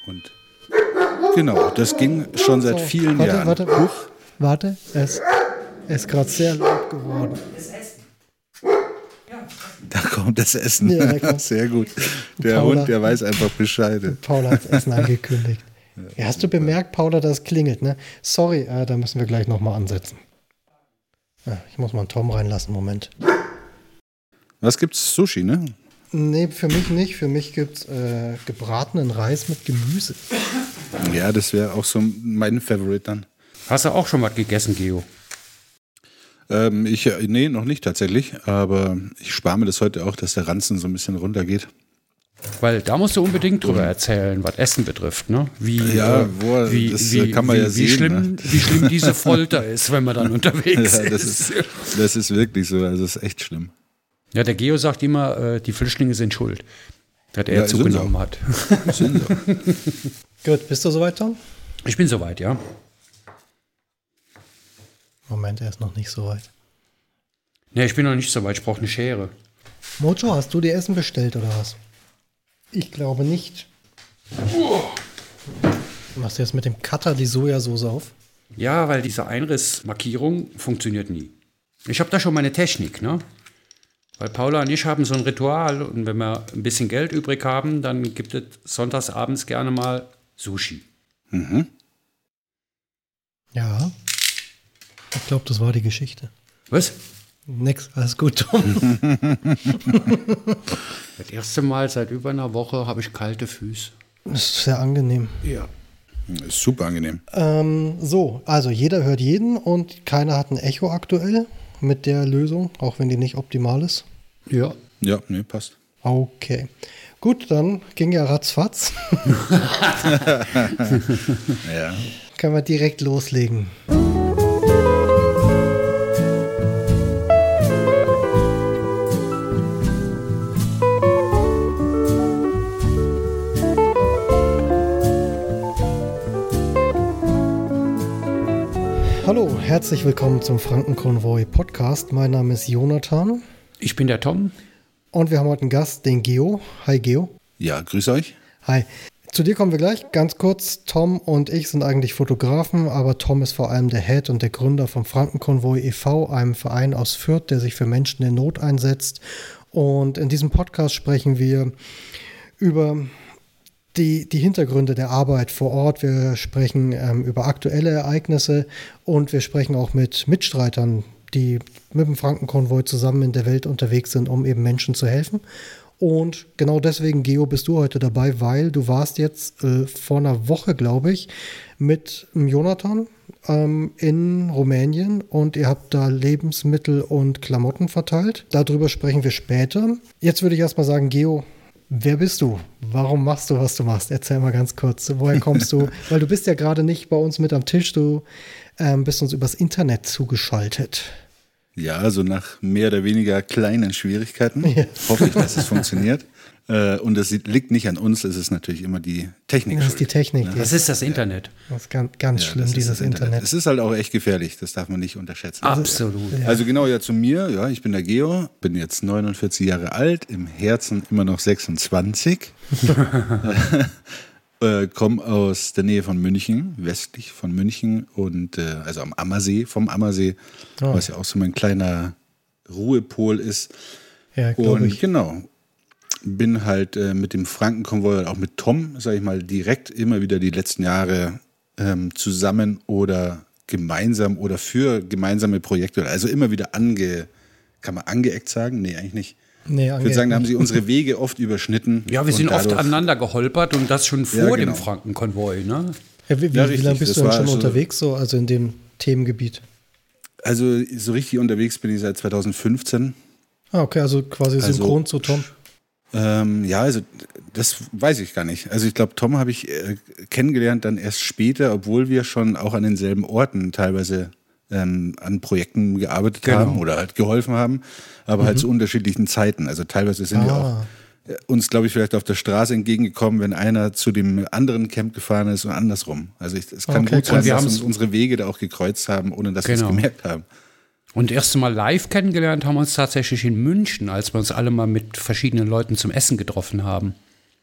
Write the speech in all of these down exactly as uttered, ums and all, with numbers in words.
Und genau, das ging schon seit So, vielen warte, Jahren. Warte, warte, warte, es ist gerade sehr laut geworden. Da kommt das Essen. Ja, da kommt- Sehr gut. Der Paula- Hund, der weiß einfach Bescheid. Paula hat das Essen angekündigt. Ja, hast du bemerkt, Paula, dass es klingelt, ne? Sorry, äh, da müssen wir gleich nochmal ansetzen. Ja, ich muss mal einen Tom reinlassen, Moment. Was gibt's? Sushi, ne? Nee, für mich nicht. Für mich gibt es äh, gebratenen Reis mit Gemüse. Ja, das wäre auch so mein Favorite dann. Hast du auch schon was gegessen, Geo? Ähm, ich, äh, nee, noch nicht tatsächlich, aber ich spare mir das heute auch, dass der Ranzen so ein bisschen runtergeht. Weil da musst du unbedingt drüber erzählen, was Essen betrifft, ne? Wie, Ja, äh, wo, wie, das wie, kann man wie, ja wie sehen. Schlimm, Ne? Wie schlimm diese Folter ist, wenn man dann unterwegs Ja, das ist. ist, das ist wirklich so, also das ist echt schlimm. Ja, der Geo sagt immer, äh, die Flüchtlinge sind schuld, dass er Ja, sind zugenommen sie hat. Sind so. Gut, bist du soweit, Tom? Ich bin soweit, ja. Moment, er ist noch nicht soweit. Ne, ich bin noch nicht so weit, ich brauche eine Schere. Mojo, hast du dir Essen bestellt oder was? Ich glaube nicht. Du machst jetzt mit dem Cutter die Sojasauce auf? Ja, weil diese Einrissmarkierung funktioniert nie. Ich habe da schon meine Technik, ne? Weil Paula und ich haben so ein Ritual und wenn wir ein bisschen Geld übrig haben, dann gibt es sonntags abends gerne mal Sushi. Mhm. Ja. Ich glaube, das war die Geschichte. Was? Nix, alles gut, Tom. Das erste Mal seit über einer Woche habe ich kalte Füße. Das ist sehr angenehm. Ja. Ist super angenehm. Ähm, so, also jeder hört jeden und keiner hat ein Echo aktuell mit der Lösung, auch wenn die nicht optimal ist. Ja. Ja, nee, passt. Okay. Gut, dann ging ja ratzfatz. Ja. Können wir direkt loslegen. Hallo, herzlich willkommen zum Frankenkonvoi Podcast. Mein Name ist Jonathan Ich bin der Tom. und wir haben heute einen Gast, den Geo. Hi Geo. Ja, grüß euch. Hi. Zu dir kommen wir gleich. Ganz kurz, Tom und ich sind eigentlich Fotografen, aber Tom ist vor allem der Head und der Gründer vom Frankenkonvoi e V, einem Verein aus Fürth, der sich für Menschen in Not einsetzt. Und in diesem Podcast sprechen wir über die, die Hintergründe der Arbeit vor Ort. Wir sprechen ähm, über aktuelle Ereignisse und wir sprechen auch mit Mitstreitern, die mit dem Frankenkonvoi zusammen in der Welt unterwegs sind, um eben Menschen zu helfen. Und genau deswegen, Geo, bist du heute dabei, weil du warst jetzt äh, vor einer Woche, glaube ich, mit Jonathan ähm, in Rumänien und ihr habt da Lebensmittel und Klamotten verteilt. Darüber sprechen wir später. Jetzt würde ich erstmal sagen, Geo, wer bist du? Warum machst du, was du machst? Erzähl mal ganz kurz. Woher kommst du? Weil du bist ja gerade nicht bei uns mit am Tisch. Du ähm, bist uns übers Internet zugeschaltet. Ja, also nach mehr oder weniger kleinen Schwierigkeiten Ja. hoffe ich, dass es funktioniert. Äh, Und es liegt nicht an uns, es ist natürlich immer die Technik. Das ist die schuld. Technik. Das ist das Internet. Das ist ganz, ganz Ja, schlimm, das ist dieses das Internet. Es ist halt auch echt gefährlich, das darf man nicht unterschätzen. Absolut. Ja. Also genau, ja, zu mir, ja, ich bin der Geo, bin jetzt neunundvierzig Jahre alt, im Herzen immer noch sechsundzwanzig. äh, komme aus der Nähe von München, westlich von München und äh, also am Ammersee, vom Ammersee, Oh. was ja auch so mein kleiner Ruhepol ist. Ja, glaube Und ich. genau, bin halt äh, mit dem Frankenkonvoi, auch mit Tom, sage ich mal, direkt immer wieder die letzten Jahre ähm, zusammen oder gemeinsam oder für gemeinsame Projekte, also immer wieder ange, kann man angeeckt sagen? Nee, eigentlich nicht. Nee, Ich würde sagen, da haben sie unsere Wege oft überschnitten. Ja, wir und sind oft dadurch- aneinander geholpert und das schon vor Ja, genau. dem Frankenkonvoi, ne? Ja, wie wie, Ja, wie richtig, lange bist das du denn war schon also- unterwegs, so, also in dem Themengebiet? Also so richtig unterwegs bin ich seit zweitausendfünfzehn. Ah, okay, also quasi Also- synchron zu Tom. Ähm, ja, also das weiß ich gar nicht. Also ich glaube, Tom habe ich äh, kennengelernt dann erst später, obwohl wir schon auch an denselben Orten teilweise ähm, an Projekten gearbeitet Genau. haben oder halt geholfen haben, aber halt zu unterschiedlichen Zeiten. Also teilweise sind wir auch Ah, äh, uns, glaube ich, vielleicht auf der Straße entgegengekommen, wenn einer zu dem anderen Camp gefahren ist und andersrum. Also ich, es kann Okay, gut krass. sein, Wir dass haben's- uns unsere Wege da auch gekreuzt haben, ohne dass wir es Genau. gemerkt haben. Und das erste Mal live kennengelernt haben wir uns tatsächlich in München, als wir uns alle mal mit verschiedenen Leuten zum Essen getroffen haben.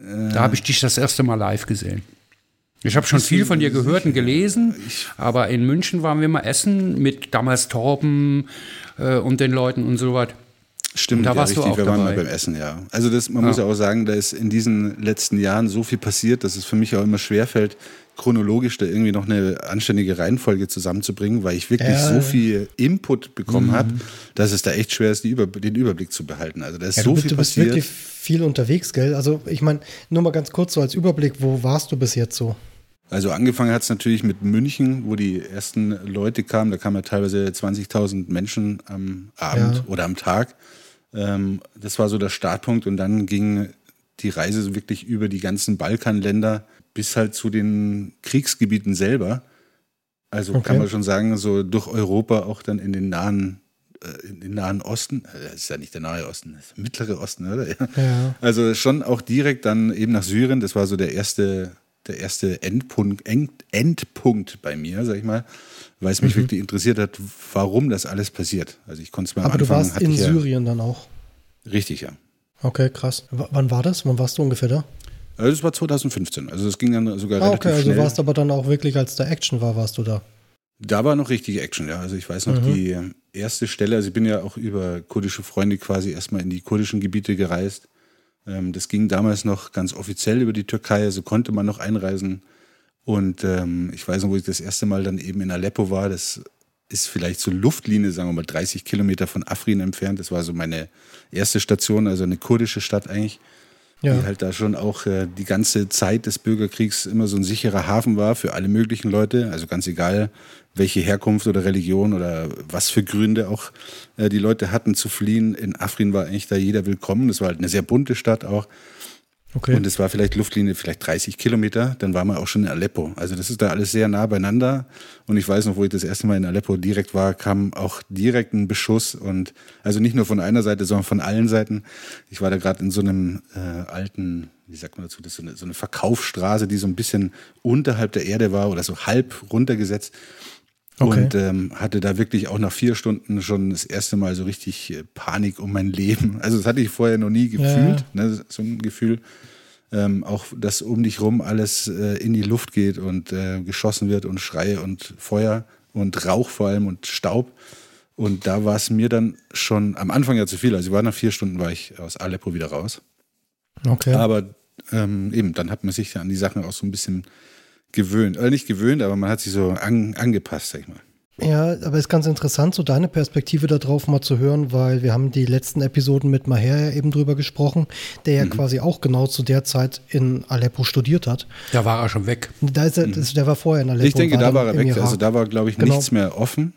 Da habe ich dich das erste Mal live gesehen. Ich habe schon viel von dir gehört und gelesen, aber in München waren wir mal essen mit damals Torben äh, und den Leuten und so was. Stimmt, da ja, warst richtig, du auch wir waren dabei. mal beim Essen, ja. Also das, man Ja. muss ja auch sagen, da ist in diesen letzten Jahren so viel passiert, dass es für mich auch immer schwerfällt, chronologisch da irgendwie noch eine anständige Reihenfolge zusammenzubringen, weil ich wirklich Ja. so viel Input bekommen Mhm. habe, dass es da echt schwer ist, die Über den Überblick zu behalten. Also da ist Ja, so du, bist- viel du bist passiert. wirklich viel unterwegs, gell? Also ich meine, nur mal ganz kurz so als Überblick, wo warst du bis jetzt so? Also angefangen hat es natürlich mit München, wo die ersten Leute kamen. Da kamen ja teilweise zwanzigtausend Menschen am Abend Ja. oder am Tag. Ähm, das war so der Startpunkt und dann ging die Reise so wirklich über die ganzen Balkanländer bis halt zu den Kriegsgebieten selber. Also Okay. kann man schon sagen, so durch Europa auch dann in den nahen, äh, in den Nahen Osten. Äh, Das ist ja nicht der Nahe Osten, das ist der Mittlere Osten, oder? Ja. Ja. Also schon auch direkt dann eben nach Syrien. Das war so der erste, der erste Endpunkt, End, Endpunkt bei mir, sag ich mal, weil es mich wirklich interessiert hat, warum das alles passiert. Also ich konnte es mal am Aber du Anfang, warst hatte in ich ja, Syrien dann auch. Richtig, ja. Okay, krass. W wann war das? Wann warst du ungefähr da? Also das war zwanzig fünfzehn. Also das ging dann sogar Ah, relativ okay, also schnell. warst aber dann auch wirklich, als da Action war, warst du da. Da war noch richtige Action, ja. Also ich weiß noch, Mhm. die erste Stelle, also ich bin ja auch über kurdische Freunde quasi erstmal in die kurdischen Gebiete gereist. Ähm, das ging damals noch ganz offiziell über die Türkei, also konnte man noch einreisen. Und ähm, ich weiß noch, wo ich das erste Mal dann eben in Aleppo war, das ist vielleicht so Luftlinie, sagen wir mal dreißig Kilometer von Afrin entfernt. Das war so meine erste Station, also eine kurdische Stadt eigentlich. Ja. Die halt da schon auch äh, die ganze Zeit des Bürgerkriegs immer so ein sicherer Hafen war für alle möglichen Leute. Also ganz egal, welche Herkunft oder Religion oder was für Gründe auch äh, die Leute hatten zu fliehen. In Afrin war eigentlich da jeder willkommen. Das war halt eine sehr bunte Stadt auch. Okay. Und es war vielleicht Luftlinie, vielleicht dreißig Kilometer. Dann war man auch schon in Aleppo. Also das ist da alles sehr nah beieinander. Und ich weiß noch, wo ich das erste Mal in Aleppo direkt war, kam auch direkt ein Beschuss. Und also nicht nur von einer Seite, sondern von allen Seiten. Ich war da gerade in so einem äh, alten, wie sagt man dazu, das ist so eine, so eine Verkaufsstraße, die so ein bisschen unterhalb der Erde war oder so halb runtergesetzt. Okay. Und ähm, hatte da wirklich auch nach vier Stunden schon das erste Mal so richtig äh, Panik um mein Leben. Also das hatte ich vorher noch nie gefühlt, Ja. ne, so ein Gefühl. Ähm, auch, dass um dich rum alles äh, in die Luft geht und äh, geschossen wird und Schreie und Feuer und Rauch vor allem und Staub. Und da war es mir dann schon am Anfang ja zu viel. Also ich war nach vier Stunden war ich aus Aleppo wieder raus. Okay. Aber ähm, eben, dann hat man sich ja an die Sachen auch so ein bisschen gewöhnt. Oder nicht gewöhnt, aber man hat sich so an, angepasst, sag ich mal. Ja, aber ist ganz interessant, so deine Perspektive darauf mal zu hören, weil wir haben die letzten Episoden mit Maher ja eben drüber gesprochen, der ja Mhm. quasi auch genau zu der Zeit in Aleppo studiert hat. Da war er schon weg. Da ist er, das, der war vorher in Aleppo. Ich denke, und da dann war er im weg. Irak. Also da war, glaube ich, Genau. nichts mehr offen.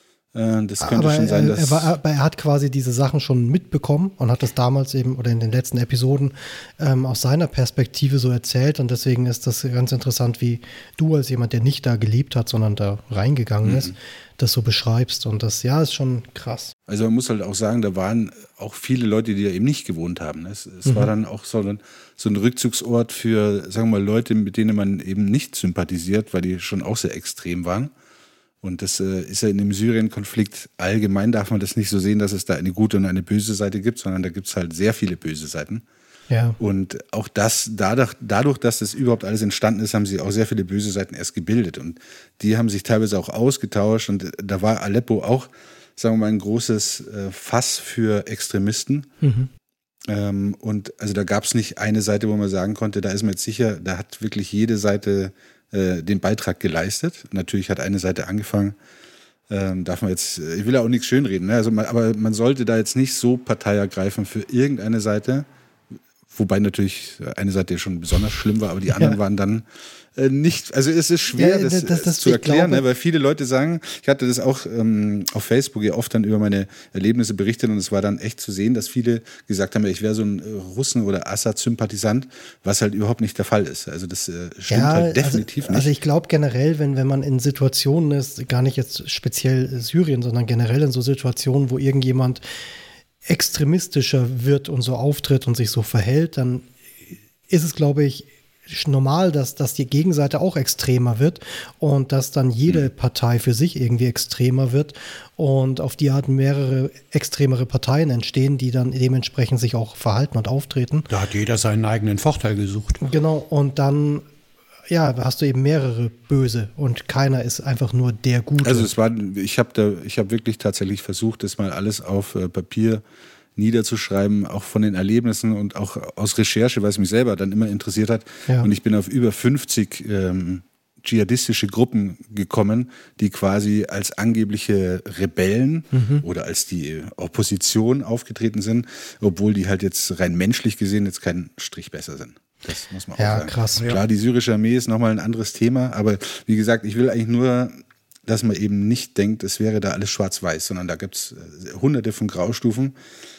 Äh, Das könnte aber schon sein, er, dass... er, war, aber er hat quasi diese Sachen schon mitbekommen und hat das damals eben oder in den letzten Episoden ähm, aus seiner Perspektive so erzählt und deswegen ist das ganz interessant, wie du als jemand, der nicht da gelebt hat, sondern da reingegangen Mhm. ist, das so beschreibst und das, ja, ist schon krass. Also man muss halt auch sagen, da waren auch viele Leute, die da eben nicht gewohnt haben. Es, es Mhm. war dann auch so ein, so ein Rückzugsort für, sagen wir mal, Leute, mit denen man eben nicht sympathisiert, weil die schon auch sehr extrem waren. Und das äh, ist ja in dem Syrien-Konflikt allgemein, darf man das nicht so sehen, dass es da eine gute und eine böse Seite gibt, sondern da gibt es halt sehr viele böse Seiten. Ja. Und auch das, dadurch, dadurch, dass das überhaupt alles entstanden ist, haben sie auch sehr viele böse Seiten erst gebildet. Und die haben sich teilweise auch ausgetauscht. Und da war Aleppo auch, sagen wir mal, ein großes äh, Fass für Extremisten. Mhm. Ähm, und also da gab es nicht eine Seite, wo man sagen konnte, da ist man jetzt sicher, da hat wirklich jede Seite äh, den Beitrag geleistet. Natürlich hat eine Seite angefangen. Ähm, darf man jetzt, ich will ja auch nichts schönreden, ne? Also man, aber man sollte da jetzt nicht so Partei ergreifen für irgendeine Seite. Wobei natürlich eine Seite schon besonders schlimm war, aber die anderen Ja. waren dann äh, nicht, also es ist schwer, Ja, das, das- das- äh, das- zu ich erklären, glaube- ne? Weil viele Leute sagen, ich hatte das auch ähm, auf Facebook ja oft dann über meine Erlebnisse berichtet und es war dann echt zu sehen, dass viele gesagt haben, ich wäre so ein äh, Russen- oder Assad-Sympathisant, was halt überhaupt nicht der Fall ist. Also das äh, stimmt halt definitiv also, nicht. Also ich glaube generell, wenn, wenn man in Situationen ist, gar nicht jetzt speziell Syrien, sondern generell in so Situationen, wo irgendjemand extremistischer wird und so auftritt und sich so verhält, dann ist es, glaube ich, normal, dass, dass die Gegenseite auch extremer wird und dass dann jede Partei für sich irgendwie extremer wird und auf die Art mehrere extremere Parteien entstehen, die dann dementsprechend sich auch verhalten und auftreten. Da hat jeder seinen eigenen Vorteil gesucht. Genau, und dann ja, hast du eben mehrere Böse und keiner ist einfach nur der Gute. Also es war, ich habe da, ich habe wirklich tatsächlich versucht, das mal alles auf äh, Papier niederzuschreiben, auch von den Erlebnissen und auch aus Recherche, weil es mich selber dann immer interessiert hat. Ja. Und ich bin auf über fünfzig ähm, dschihadistische Gruppen gekommen, die quasi als angebliche Rebellen mhm. oder als die Opposition aufgetreten sind, obwohl die halt jetzt rein menschlich gesehen jetzt keinen Strich besser sind. Das muss man ja, auch sagen. Krass. Klar, die syrische Armee ist nochmal ein anderes Thema, aber wie gesagt, ich will eigentlich nur, dass man eben nicht denkt, es wäre da alles schwarz-weiß, sondern da gibt es hunderte von Graustufen.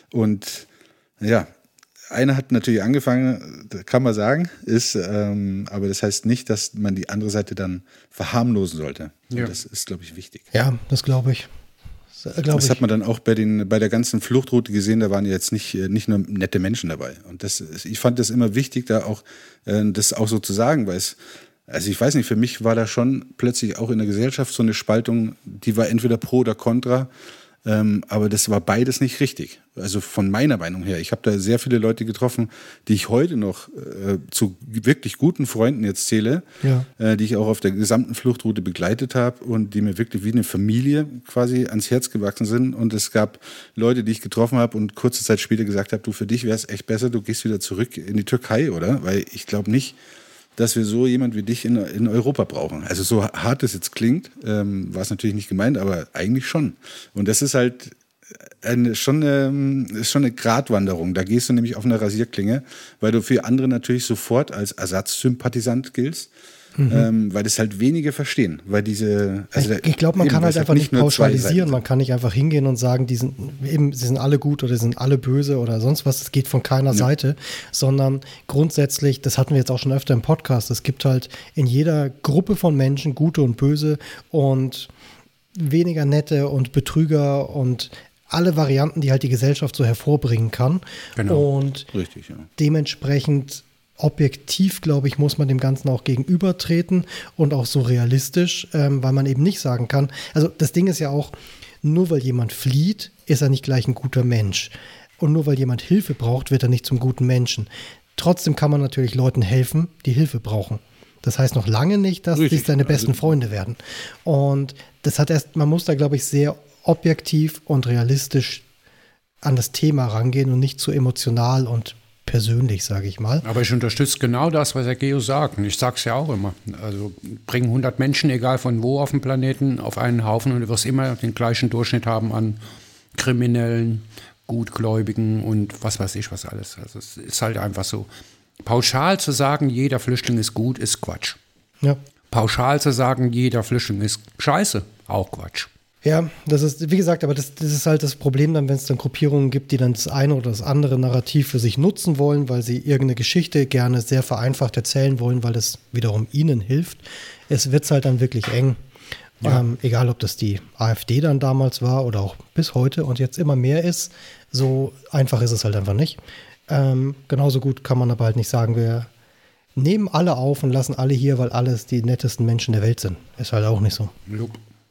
Und ja, einer hat natürlich angefangen, kann man sagen, ist, ähm, aber das heißt nicht, dass man die andere Seite dann verharmlosen sollte. Ja. Das ist, glaube ich, wichtig. Ja, das glaube ich. Das, das hat man dann auch bei, den, bei der ganzen Fluchtroute gesehen, da waren jetzt nicht, nicht nur nette Menschen dabei. Und das, ich fand das immer wichtig, da auch äh, das auch so zu sagen, weil es, also ich weiß nicht, für mich war da schon plötzlich auch in der Gesellschaft so eine Spaltung, die war entweder pro oder contra. Ähm, aber das war beides nicht richtig. Also von meiner Meinung her. Ich habe da sehr viele Leute getroffen, die ich heute noch äh, zu wirklich guten Freunden jetzt zähle, ja. äh, die ich auch auf der gesamten Fluchtroute begleitet habe und die mir wirklich wie eine Familie quasi ans Herz gewachsen sind. Und es gab Leute, die ich getroffen habe und kurze Zeit später gesagt habe, du, für dich wäre es echt besser, du gehst wieder zurück in die Türkei, oder? Weil ich glaube nicht, dass wir so jemand wie dich in, in Europa brauchen. Also so hart es jetzt klingt, ähm, war es natürlich nicht gemeint, aber eigentlich schon. Und das ist halt eine, schon, eine, ist schon eine Gratwanderung. Da gehst du nämlich auf eine Rasierklinge, weil du für andere natürlich sofort als Ersatzsympathisant giltst. Mhm. Ähm, weil das halt wenige verstehen, weil diese. Also ich ich glaube, man eben, kann halt einfach nicht pauschalisieren. Man kann nicht einfach hingehen und sagen, die sind eben, sie sind alle gut oder sie sind alle böse oder sonst was. Das geht von keiner ja. Seite, sondern grundsätzlich, das hatten wir jetzt auch schon öfter im Podcast. Es gibt halt in jeder Gruppe von Menschen gute und böse und weniger nette und Betrüger und alle Varianten, die halt die Gesellschaft so hervorbringen kann. Genau. Und richtig, ja. dementsprechend objektiv, glaube ich, muss man dem Ganzen auch gegenübertreten und auch so realistisch, ähm, weil man eben nicht sagen kann, also das Ding ist ja auch, nur weil jemand flieht, ist er nicht gleich ein guter Mensch. Und nur weil jemand Hilfe braucht, wird er nicht zum guten Menschen. Trotzdem kann man natürlich Leuten helfen, die Hilfe brauchen. Das heißt noch lange nicht, dass die seine besten also, Freunde werden. Und das hat erst, man muss da, glaube ich, sehr objektiv und realistisch an das Thema rangehen und nicht zu emotional und persönlich, sage ich mal. Aber ich unterstütze genau das, was der Geo sagt. Und ich sage es ja auch immer. Also bringen hundert Menschen, egal von wo auf dem Planeten, auf einen Haufen und du wirst immer den gleichen Durchschnitt haben an Kriminellen, Gutgläubigen und was weiß ich was alles. Also es ist halt einfach so. Pauschal zu sagen, jeder Flüchtling ist gut, ist Quatsch. Ja. Pauschal zu sagen, jeder Flüchtling ist scheiße, auch Quatsch. Ja, das ist, wie gesagt, aber das, das ist halt das Problem dann, wenn es dann Gruppierungen gibt, die dann das eine oder das andere Narrativ für sich nutzen wollen, weil sie irgendeine Geschichte gerne sehr vereinfacht erzählen wollen, weil das wiederum ihnen hilft. Es wird halt dann wirklich eng. Ja. Ähm, egal, ob das die AfD dann damals war oder auch bis heute und jetzt immer mehr ist, so einfach ist es halt einfach nicht. Ähm, genauso gut kann man aber halt nicht sagen, wir nehmen alle auf und lassen alle hier, weil alles die nettesten Menschen der Welt sind. Ist halt auch nicht so. Jupp.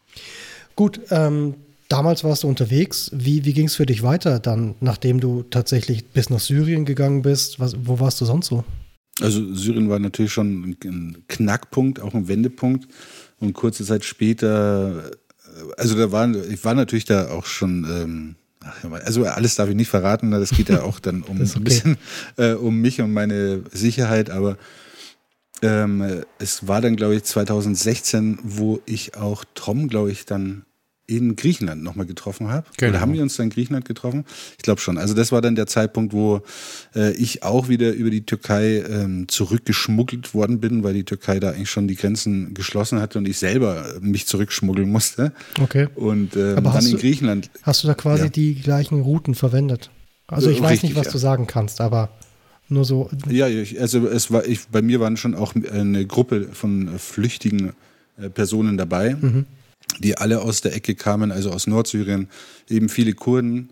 Gut, ähm, damals warst du unterwegs. Wie, wie ging es für dich weiter dann, nachdem du tatsächlich bis nach Syrien gegangen bist? Was, wo warst du sonst so? Also Syrien war natürlich schon ein Knackpunkt, auch ein Wendepunkt. Und kurze Zeit später, also da war, ich war natürlich da auch schon, ähm, also alles darf ich nicht verraten, das geht ja auch dann um okay. ein bisschen äh, um mich und meine Sicherheit, aber ähm, es war dann, glaube ich, zwanzig sechzehn, wo ich auch Tom, glaube ich, dann in Griechenland nochmal getroffen habe. Genau. Oder haben wir uns dann in Griechenland getroffen? Ich glaube schon. Also das war dann der Zeitpunkt, wo äh, ich auch wieder über die Türkei ähm, zurückgeschmuggelt worden bin, weil die Türkei da eigentlich schon die Grenzen geschlossen hatte und ich selber mich zurückschmuggeln musste. Okay. Und ähm, Aber dann in du, Griechenland. Hast du da quasi ja. die gleichen Routen verwendet? Also ich weiß Richtig, nicht, was ja. du sagen kannst, aber nur so. Ja, ich, also es war, ich, bei mir waren schon auch eine Gruppe von flüchtigen äh, Personen dabei. Mhm. Die alle aus der Ecke kamen, also aus Nordsyrien, eben viele Kurden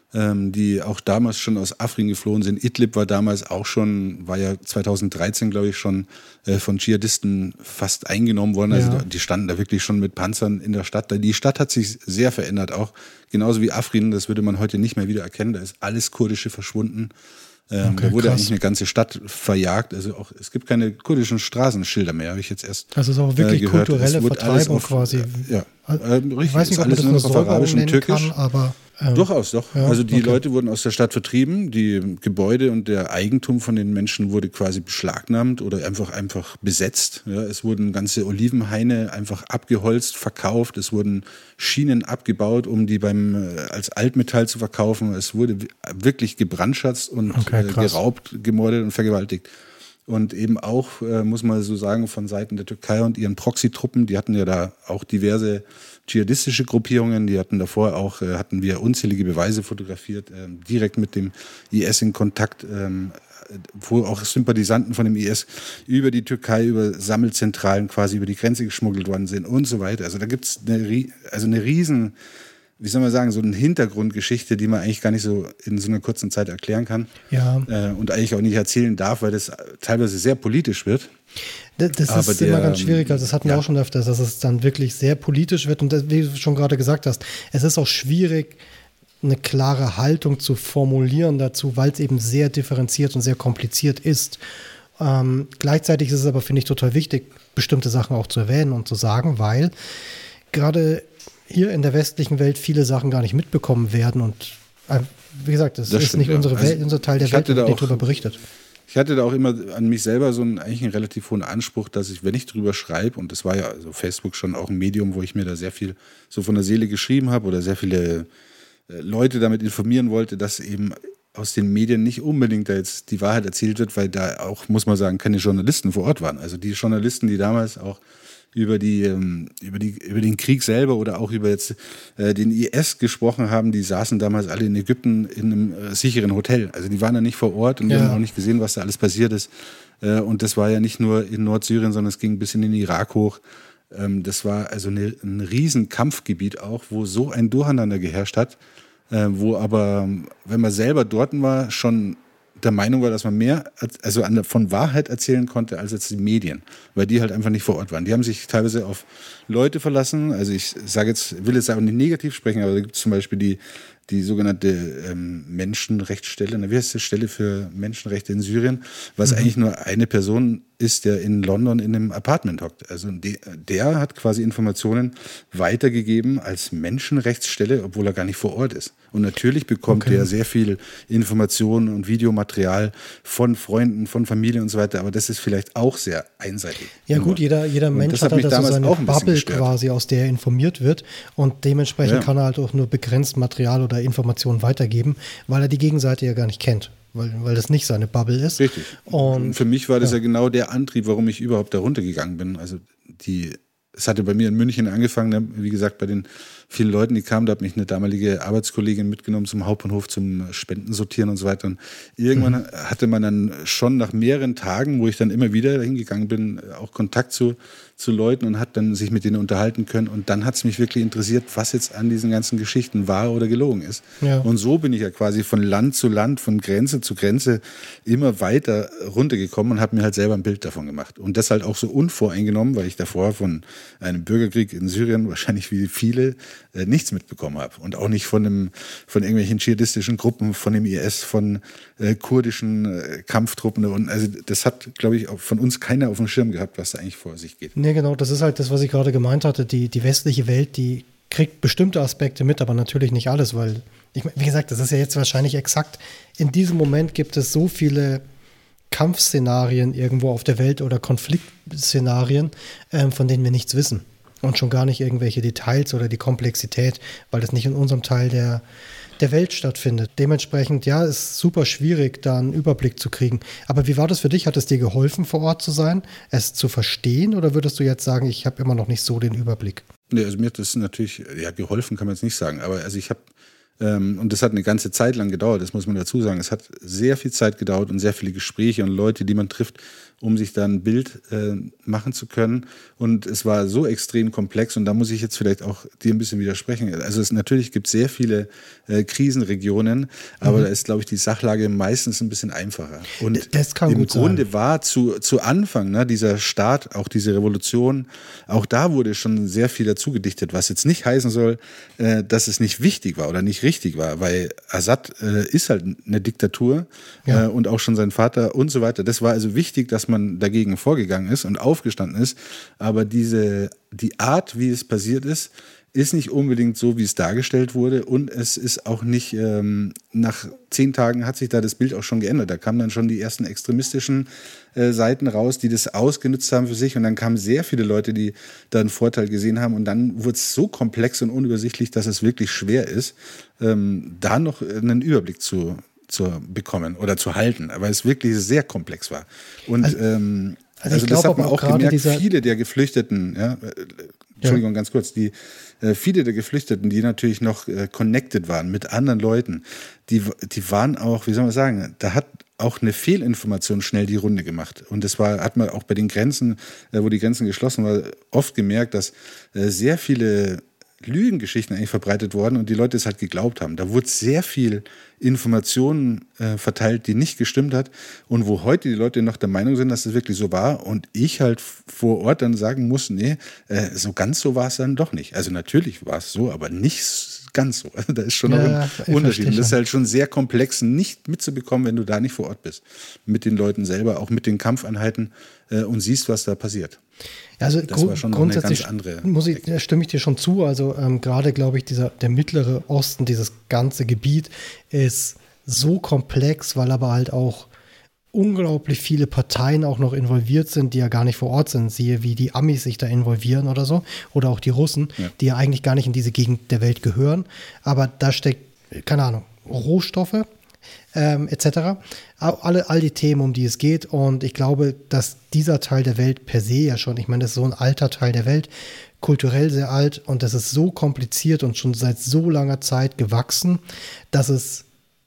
ähm, die auch damals schon aus Afrin geflohen sind. Idlib war damals auch schon, war ja zweitausenddreizehn, glaube ich, schon äh, von Dschihadisten fast eingenommen worden. Also Ja. die standen da wirklich schon mit Panzern in der Stadt. Die Stadt hat sich sehr verändert auch. Genauso wie Afrin, das würde man heute nicht mehr wieder erkennen. Da ist alles Kurdische verschwunden. Ähm, Okay, da wurde krass. eigentlich eine ganze Stadt verjagt. Also auch es gibt keine kurdischen Straßenschilder mehr, habe ich jetzt erst Also es ist auch wirklich äh, gehört. kulturelle Es wurde alles Vertreibung auf, quasi. Ja, Also, äh, richtig. ich weiß nicht, ist ob man alles das nur nur noch auf Säuberung Arabisch und nennen Türkisch. kann, aber ähm, Durchaus, doch. Ja, also die okay. Leute wurden aus der Stadt vertrieben, die Gebäude und der Eigentum von den Menschen wurde quasi beschlagnahmt oder einfach einfach besetzt. Ja, es wurden ganze Olivenhaine einfach abgeholzt, verkauft. Es wurden Schienen abgebaut, um die beim äh, als Altmetall zu verkaufen. Es wurde w- wirklich gebrandschatzt und Okay, äh, krass. geraubt, gemordet und vergewaltigt. Und eben auch, äh, muss man so sagen, von Seiten der Türkei und ihren Proxy-Truppen, die hatten ja da auch diverse dschihadistische Gruppierungen, die hatten davor auch, äh, hatten wir unzählige Beweise fotografiert, ähm, direkt mit dem I S in Kontakt, ähm, wo auch Sympathisanten von dem I S über die Türkei, über Sammelzentralen quasi über die Grenze geschmuggelt worden sind und so weiter. Also da gibt es eine, rie- also eine riesen, wie soll man sagen, so eine Hintergrundgeschichte, die man eigentlich gar nicht so in so einer kurzen Zeit erklären kann. ja, Äh, und eigentlich auch nicht erzählen darf, weil das teilweise sehr politisch wird. das, das Aber ist der, immer ganz schwierig. Also das hatten wir ja. auch schon öfters, dass es dann wirklich sehr politisch wird. Und das, wie du schon gerade gesagt hast, es ist auch schwierig, eine klare Haltung zu formulieren dazu, weil es eben sehr differenziert und sehr kompliziert ist. Ähm, gleichzeitig ist es aber, finde ich, total wichtig, bestimmte Sachen auch zu erwähnen und zu sagen, weil gerade hier in der westlichen Welt viele Sachen gar nicht mitbekommen werden und äh, wie gesagt, das, Das ist stimmt, nicht ja. unsere Also Welt, unser Teil der ich Welt, hatte da da wird nicht auch- drüber berichtet. Ich hatte da auch immer an mich selber so einen, eigentlich einen relativ hohen Anspruch, dass ich, wenn ich drüber schreibe, und das war ja also Facebook schon auch ein Medium, wo ich mir da sehr viel so von der Seele geschrieben habe oder sehr viele äh, Leute damit informieren wollte, dass eben aus den Medien nicht unbedingt da jetzt die Wahrheit erzählt wird, weil da auch, muss man sagen, keine Journalisten vor Ort waren. Also die Journalisten, die damals auch über die, ähm, über die, über den Krieg selber oder auch über jetzt äh, den I S gesprochen haben, die saßen damals alle in Ägypten in einem äh, sicheren Hotel. Also die waren da nicht vor Ort und die Ja. haben auch nicht gesehen, was da alles passiert ist. Äh, und das war ja nicht nur in Nordsyrien, sondern es ging bis in den Irak hoch. Ähm, das war also eine, ein riesen Kampfgebiet auch, wo so ein Durcheinander geherrscht hat, äh, wo aber, wenn man selber dort war, schon der Meinung war, dass man mehr also an, von Wahrheit erzählen konnte als jetzt die Medien, weil die halt einfach nicht vor Ort waren. Die haben sich teilweise auf Leute verlassen. Also ich sage jetzt, will jetzt auch nicht negativ sprechen, aber da gibt es zum Beispiel die, die sogenannte ähm, Menschenrechtsstelle, na, wie heißt die Stelle für Menschenrechte in Syrien, was Mhm. eigentlich nur eine Person ist, der in London in einem Apartment hockt. Also de, der hat quasi Informationen weitergegeben als Menschenrechtsstelle, obwohl er gar nicht vor Ort ist. Und natürlich bekommt Okay. er sehr viel Informationen und Videomaterial von Freunden, von Familie und so weiter, aber das ist vielleicht auch sehr einseitig. Ja Nur. gut, jeder, jeder Und Mensch das hat hat mich halt also damals seine auch ein bisschen Bubble gestört. quasi, aus der er informiert wird und dementsprechend Ja. kann er halt auch nur begrenzt Material oder Informationen weitergeben, weil er die Gegenseite ja gar nicht kennt, weil, weil das nicht seine Bubble ist. Richtig. Und Und für mich war das ja. ja genau der Antrieb, warum ich überhaupt da runtergegangen bin. Also die, es hatte bei mir in München angefangen, ne, wie gesagt, bei den vielen Leuten, die kamen, da hat mich eine damalige Arbeitskollegin mitgenommen zum Hauptbahnhof zum Spendensortieren und so weiter. Und irgendwann mhm. hatte man dann schon nach mehreren Tagen, wo ich dann immer wieder hingegangen bin, auch Kontakt zu, zu Leuten und hat dann sich mit denen unterhalten können. Und dann hat es mich wirklich interessiert, was jetzt an diesen ganzen Geschichten wahr oder gelogen ist. Ja. Und so bin ich ja quasi von Land zu Land, von Grenze zu Grenze immer weiter runtergekommen und habe mir halt selber ein Bild davon gemacht. Und das halt auch so unvoreingenommen, weil ich davor von einem Bürgerkrieg in Syrien, wahrscheinlich wie viele, äh, nichts mitbekommen habe. Und auch nicht von, einem, von irgendwelchen dschihadistischen Gruppen, von dem I S, von äh, kurdischen äh, Kampftruppen. Und also das hat, glaube ich, auch von uns keiner auf dem Schirm gehabt, was da eigentlich vor sich geht. Nee, genau, das ist halt das, was ich gerade gemeint hatte. Die, die westliche Welt, die kriegt bestimmte Aspekte mit, aber natürlich nicht alles, weil, ich, wie gesagt, das ist ja jetzt wahrscheinlich exakt, in diesem Moment gibt es so viele Kampfszenarien irgendwo auf der Welt oder Konfliktszenarien, ähm, von denen wir nichts wissen. Und schon gar nicht irgendwelche Details oder die Komplexität, weil das nicht in unserem Teil der, der Welt stattfindet. Dementsprechend, ja, ist super schwierig, da einen Überblick zu kriegen. Aber wie war das für dich? Hat es dir geholfen, vor Ort zu sein, es zu verstehen? Oder würdest du jetzt sagen, ich habe immer noch nicht so den Überblick? Nee, also mir hat das natürlich, ja, geholfen kann man jetzt nicht sagen, aber also ich habe Ähm, und das hat eine ganze Zeit lang gedauert, das muss man dazu sagen. Es hat sehr viel Zeit gedauert und sehr viele Gespräche und Leute, die man trifft, um sich da ein Bild äh, machen zu können. Und es war so extrem komplex und da muss ich jetzt vielleicht auch dir ein bisschen widersprechen. Also es natürlich gibt sehr viele äh, Krisenregionen, aber mhm. da ist, glaube ich, die Sachlage meistens ein bisschen einfacher. Und das kann im gut Grunde sein. war zu, zu Anfang, ne, dieser Staat, auch diese Revolution, auch da wurde schon sehr viel dazu gedichtet, was jetzt nicht heißen soll, äh, dass es nicht wichtig war oder nicht richtig war, weil Assad äh, ist halt eine Diktatur ja. äh, und auch schon sein Vater und so weiter. Das war also wichtig, dass man dagegen vorgegangen ist und aufgestanden ist, aber diese, die Art, wie es passiert ist, ist nicht unbedingt so, wie es dargestellt wurde und es ist auch nicht, ähm, nach zehn Tagen hat sich da das Bild auch schon geändert. Da kamen dann schon die ersten extremistischen äh, Seiten raus, die das ausgenutzt haben für sich und dann kamen sehr viele Leute, die da einen Vorteil gesehen haben und dann wurde es so komplex und unübersichtlich, dass es wirklich schwer ist, ähm, da noch einen Überblick zu zu bekommen oder zu halten, weil es wirklich sehr komplex war. Und also, ähm, also, also das hat man auch gemerkt, viele der Geflüchteten, ja, Entschuldigung, ja. ganz kurz, die äh, viele der Geflüchteten, die natürlich noch äh, connected waren mit anderen Leuten, die, die waren auch, wie soll man sagen, da hat auch eine Fehlinformation schnell die Runde gemacht. Und das war, hat man auch bei den Grenzen, äh, wo die Grenzen geschlossen waren, oft gemerkt, dass äh, sehr viele Lügengeschichten eigentlich verbreitet worden und die Leute es halt geglaubt haben. Da wurde sehr viel Informationen äh, verteilt, die nicht gestimmt hat und wo heute die Leute noch der Meinung sind, dass das wirklich so war und ich halt vor Ort dann sagen muss, nee, äh, so ganz so war es dann doch nicht. Also natürlich war es so, aber nicht ganz so. Also da ist schon ja, noch ein Unterschied. Und das ist halt schon sehr komplex, nicht mitzubekommen, wenn du da nicht vor Ort bist. Mit den Leuten selber, auch mit den Kampfeinheiten äh, und siehst, was da passiert. Also das war schon grundsätzlich eine ganz andere muss ich, stimme ich dir schon zu. Also ähm, gerade, glaube ich, dieser, der mittlere Osten, dieses ganze Gebiet ist so komplex, weil aber halt auch unglaublich viele Parteien auch noch involviert sind, die ja gar nicht vor Ort sind. Siehe, wie die Amis sich da involvieren oder so. Oder auch die Russen, ja. die ja eigentlich gar nicht in diese Gegend der Welt gehören. Aber da steckt, keine Ahnung, Rohstoffe, Ähm, et cetera. Alle, all die Themen, um die es geht. Und ich glaube, dass dieser Teil der Welt per se ja schon, ich meine, das ist so ein alter Teil der Welt, kulturell sehr alt und das ist so kompliziert und schon seit so langer Zeit gewachsen, dass es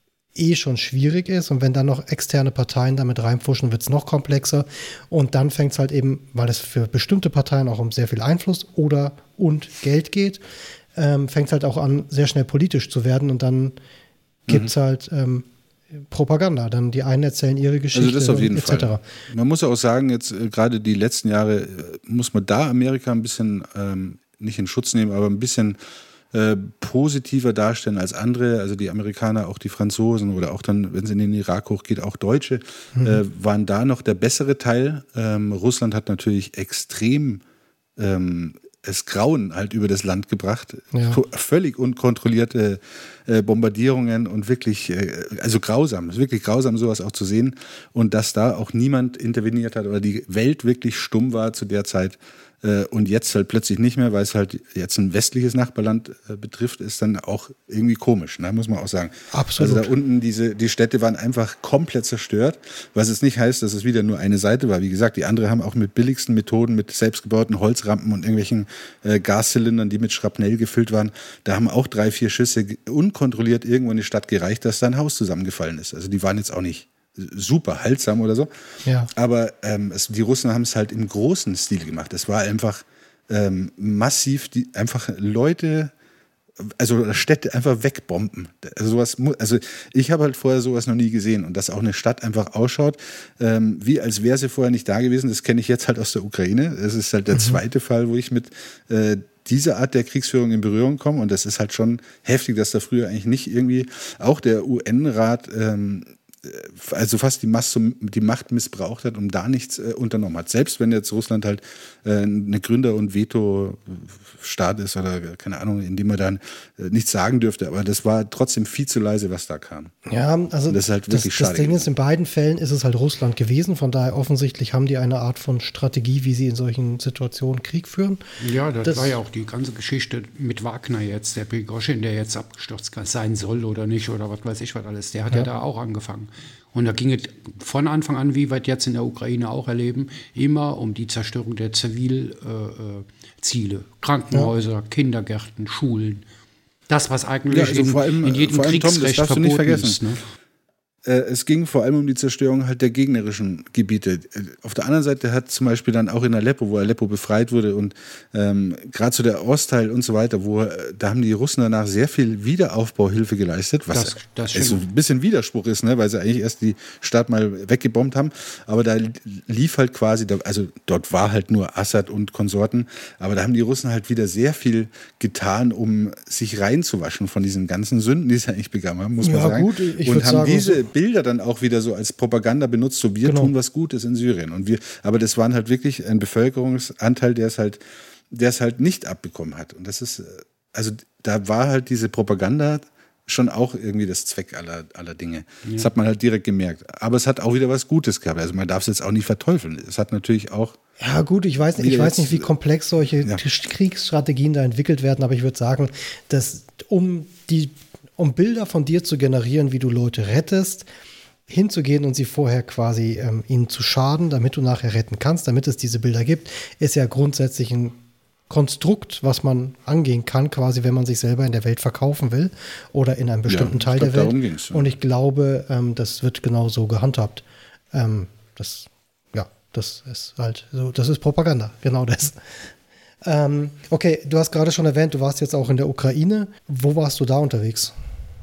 eh schon schwierig ist. Und wenn dann noch externe Parteien damit reinpfuschen, wird es noch komplexer. Und dann fängt es halt eben, weil es für bestimmte Parteien auch um sehr viel Einfluss oder und Geld geht, ähm, fängt es halt auch an, sehr schnell politisch zu werden und dann gibt es mhm. halt ähm, Propaganda. Dann die einen erzählen ihre Geschichte, also das auf jeden et cetera. Fall. Man muss ja auch sagen, jetzt äh, gerade die letzten Jahre äh, muss man da Amerika ein bisschen ähm, nicht in Schutz nehmen, aber ein bisschen äh, positiver darstellen als andere. Also die Amerikaner, auch die Franzosen oder auch dann, wenn es in den Irak hochgeht, auch Deutsche, mhm. äh, waren da noch der bessere Teil. Ähm, Russland hat natürlich extrem ähm, das Grauen halt über das Land gebracht. Ja. Völlig unkontrollierte äh, Bombardierungen und wirklich, äh, also grausam, es ist wirklich grausam, sowas auch zu sehen. Und dass da auch niemand interveniert hat oder die Welt wirklich stumm war zu der Zeit. Äh, und jetzt halt plötzlich nicht mehr, weil es halt jetzt ein westliches Nachbarland äh, betrifft, ist dann auch irgendwie komisch, ne? Muss man auch sagen. Absolut. Also da unten, diese, die Städte waren einfach komplett zerstört, was jetzt nicht heißt, dass es wieder nur eine Seite war. Wie gesagt, die anderen haben auch mit billigsten Methoden, mit selbstgebauten Holzrampen und irgendwelchen äh, Gaszylindern, die mit Schrapnell gefüllt waren, da haben auch drei, vier Schüsse unkontrolliert irgendwo in die Stadt gereicht, dass da ein Haus zusammengefallen ist. Also die waren jetzt auch nicht super haltsam oder so. Ja. Aber ähm, es, die Russen haben es halt im großen Stil gemacht. Es war einfach ähm, massiv, die einfach Leute, also Städte einfach wegbomben. Also, sowas, also ich habe halt vorher sowas noch nie gesehen und dass auch eine Stadt einfach ausschaut, ähm, wie als wäre sie vorher nicht da gewesen. Das kenne ich jetzt halt aus der Ukraine. Das ist halt der mhm. zweite Fall, wo ich mit äh, diese Art der Kriegsführung in Berührung komme und das ist halt schon heftig, dass da früher eigentlich nicht irgendwie auch der U N-Rat ähm, also fast die, Masse, die Macht missbraucht hat und da nichts äh, unternommen hat. Selbst wenn jetzt Russland halt äh, eine Gründer- und Veto-Staat ist oder keine Ahnung, in dem man dann äh, nichts sagen dürfte, aber das war trotzdem viel zu leise, was da kam. Ja, also und das ist halt wirklich das, schade. Das Ding ist, in beiden Fällen ist es halt Russland gewesen, von daher offensichtlich haben die eine Art von Strategie, wie sie in solchen Situationen Krieg führen. Ja, das, das war ja auch die ganze Geschichte mit Wagner jetzt, der Prigoschin, der jetzt abgestürzt sein soll oder nicht oder was weiß ich was alles, der hat ja, ja da auch angefangen. Und da ging es von Anfang an, wie wir jetzt in der Ukraine auch erleben, immer um die Zerstörung der Zivilziele. Äh, Krankenhäuser, ja. Kindergärten, Schulen. Das, was eigentlich Ja, also in, vor allem, in jedem vor allem, Tom, das Kriegsrecht darfst du nicht verboten vergessen. ist. Ne? Äh, es ging vor allem um die Zerstörung halt der gegnerischen Gebiete. Äh, Auf der anderen Seite hat zum Beispiel dann auch in Aleppo, wo Aleppo befreit wurde und ähm, gerade so der Ostteil und so weiter, wo äh, da haben die Russen danach sehr viel Wiederaufbauhilfe geleistet, was Das- das so stimmt. ein bisschen Widerspruch ist, ne, weil sie eigentlich erst die Stadt mal weggebombt haben. Aber da lief halt quasi, da, also dort war halt nur Assad und Konsorten, aber da haben die Russen halt wieder sehr viel getan, um sich reinzuwaschen von diesen ganzen Sünden, die sie eigentlich begangen haben, muss man Ja, sagen. gut, ich und würd haben sagen, diese so- Bilder dann auch wieder so als Propaganda benutzt, so wir Genau. tun was Gutes in Syrien. Und wir, aber das waren halt wirklich ein Bevölkerungsanteil, der es halt, der es halt nicht abbekommen hat. Und das ist, äh, also da war halt diese Propaganda schon auch irgendwie das Zweck aller, aller Dinge. Das hat man halt direkt gemerkt. Aber es hat auch wieder was Gutes gehabt. Also man darf es jetzt auch nicht verteufeln. Es hat natürlich auch Ja, gut, ich weiß, nicht, ich Wieder weiß nicht, wie jetzt, komplex solche ja. Kriegsstrategien da entwickelt werden, aber ich würde sagen, dass um die, um Bilder von dir zu generieren, wie du Leute rettest, hinzugehen und sie vorher quasi ähm, ihnen zu schaden, damit du nachher retten kannst, damit es diese Bilder gibt, ist ja grundsätzlich ein Konstrukt, was man angehen kann, quasi, wenn man sich selber in der Welt verkaufen will oder in einem bestimmten ich Teil glaub, der darum Welt. ging's, ja. Und ich glaube, ähm, das wird genau so gehandhabt. Ähm, das, ja, das ist halt so, das ist Propaganda, genau das. Ähm, okay, du hast gerade schon erwähnt, du warst jetzt auch in der Ukraine. Wo warst du da unterwegs?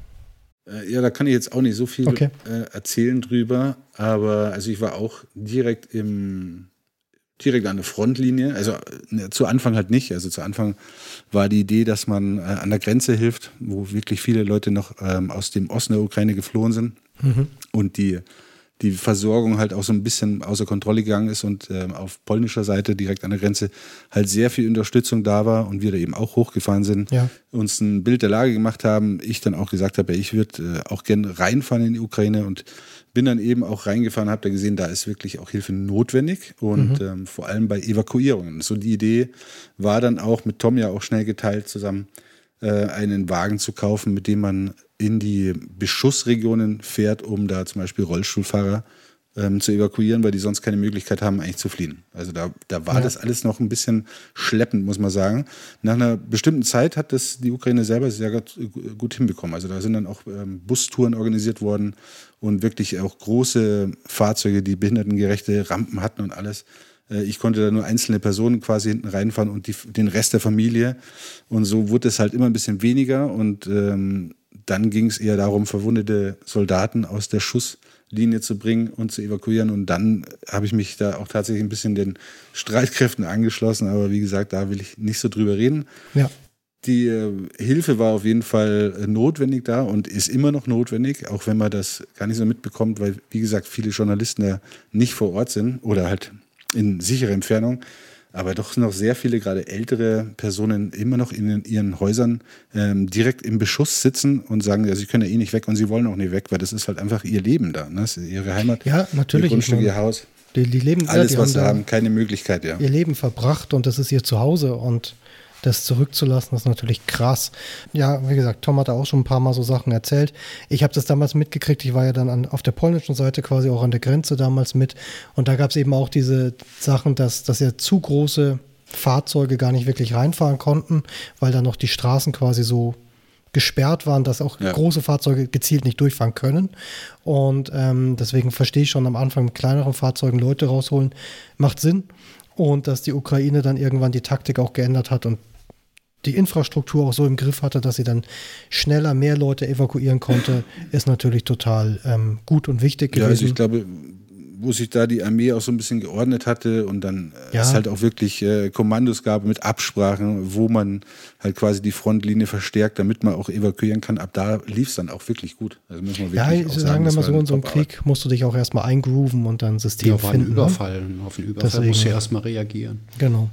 Äh, Ja, da kann ich jetzt auch nicht so viel Okay. äh, erzählen drüber, aber also ich war auch direkt im direkt an der Frontlinie, also äh, zu Anfang halt nicht, also zu Anfang war die Idee, dass man äh, an der Grenze hilft, wo wirklich viele Leute noch ähm, aus dem Osten der Ukraine geflohen sind und die die Versorgung halt auch so ein bisschen außer Kontrolle gegangen ist und ähm, auf polnischer Seite direkt an der Grenze halt sehr viel Unterstützung da war und wir da eben auch hochgefahren sind, Ja. uns ein Bild der Lage gemacht haben. Ich dann auch gesagt habe, ja, ich würde äh, auch gerne reinfahren in die Ukraine und bin dann eben auch reingefahren, habe da gesehen, da ist wirklich auch Hilfe notwendig und ähm, vor allem bei Evakuierungen. So die Idee war dann auch mit Tom ja auch schnell geteilt zusammen, äh, einen Wagen zu kaufen, mit dem man in die Beschussregionen fährt, um da zum Beispiel Rollstuhlfahrer ähm, zu evakuieren, weil die sonst keine Möglichkeit haben, eigentlich zu fliehen. Also da, da war Ja. das alles noch ein bisschen schleppend, muss man sagen. Nach einer bestimmten Zeit hat das die Ukraine selber sehr gut, gut hinbekommen. Also da sind dann auch ähm, Bustouren organisiert worden und wirklich auch große Fahrzeuge, die behindertengerechte Rampen hatten und alles. Äh, Ich konnte da nur einzelne Personen quasi hinten reinfahren und die, den Rest der Familie. Und so wurde es halt immer ein bisschen weniger und ähm, dann ging es eher darum, verwundete Soldaten aus der Schusslinie zu bringen und zu evakuieren. Und dann habe ich mich da auch tatsächlich ein bisschen den Streitkräften angeschlossen. Aber wie gesagt, da will ich nicht so drüber reden. Ja. Die äh, Hilfe war auf jeden Fall äh, notwendig da und ist immer noch notwendig, auch wenn man das gar nicht so mitbekommt, weil, wie gesagt, viele Journalisten da nicht vor Ort sind oder halt in sicherer Entfernung. Aber doch noch sehr viele, gerade ältere Personen, immer noch in ihren Häusern ähm, direkt im Beschuss sitzen und sagen, ja, sie können ja eh nicht weg und sie wollen auch nicht weg, weil das ist halt einfach ihr Leben da. Ne? Das ist ihre Heimat, Ja, natürlich. ihr Grundstück, Ich ihr meine, Haus. Die, die leben, ja, Alles, die was sie da haben, keine Möglichkeit, ja. ihr Leben verbracht und das ist ihr Zuhause und das zurückzulassen, ist natürlich krass. Ja, wie gesagt, Tom hat da auch schon ein paar Mal so Sachen erzählt. Ich habe das damals mitgekriegt, ich war ja dann an, auf der polnischen Seite quasi auch an der Grenze damals mit und da gab es eben auch diese Sachen, dass, dass ja zu große Fahrzeuge gar nicht wirklich reinfahren konnten, weil da noch die Straßen quasi so gesperrt waren, dass auch Ja. große Fahrzeuge gezielt nicht durchfahren können. Und ähm, deswegen verstehe ich schon am Anfang mit kleineren Fahrzeugen Leute rausholen, macht Sinn. Und dass die Ukraine dann irgendwann die Taktik auch geändert hat und die Infrastruktur auch so im Griff hatte, dass sie dann schneller mehr Leute evakuieren konnte, ist natürlich total ähm, gut und wichtig Ja, also gewesen. ich glaube, wo sich da die Armee auch so ein bisschen geordnet hatte und dann äh, Ja. es halt auch wirklich äh, Kommandos gab mit Absprachen, wo man halt quasi die Frontlinie verstärkt, damit man auch evakuieren kann. Ab da lief es dann auch wirklich gut. Also muss man Ja, wirklich auch sagen, sagen, wir das mal war so, eine in so einem Top-Arbeit. Krieg musst du dich auch erstmal eingrooven und dann ein System Ja, war ein finden. Ne? Überfall. Auf einen Überfall Deswegen- musst du erstmal reagieren. Genau.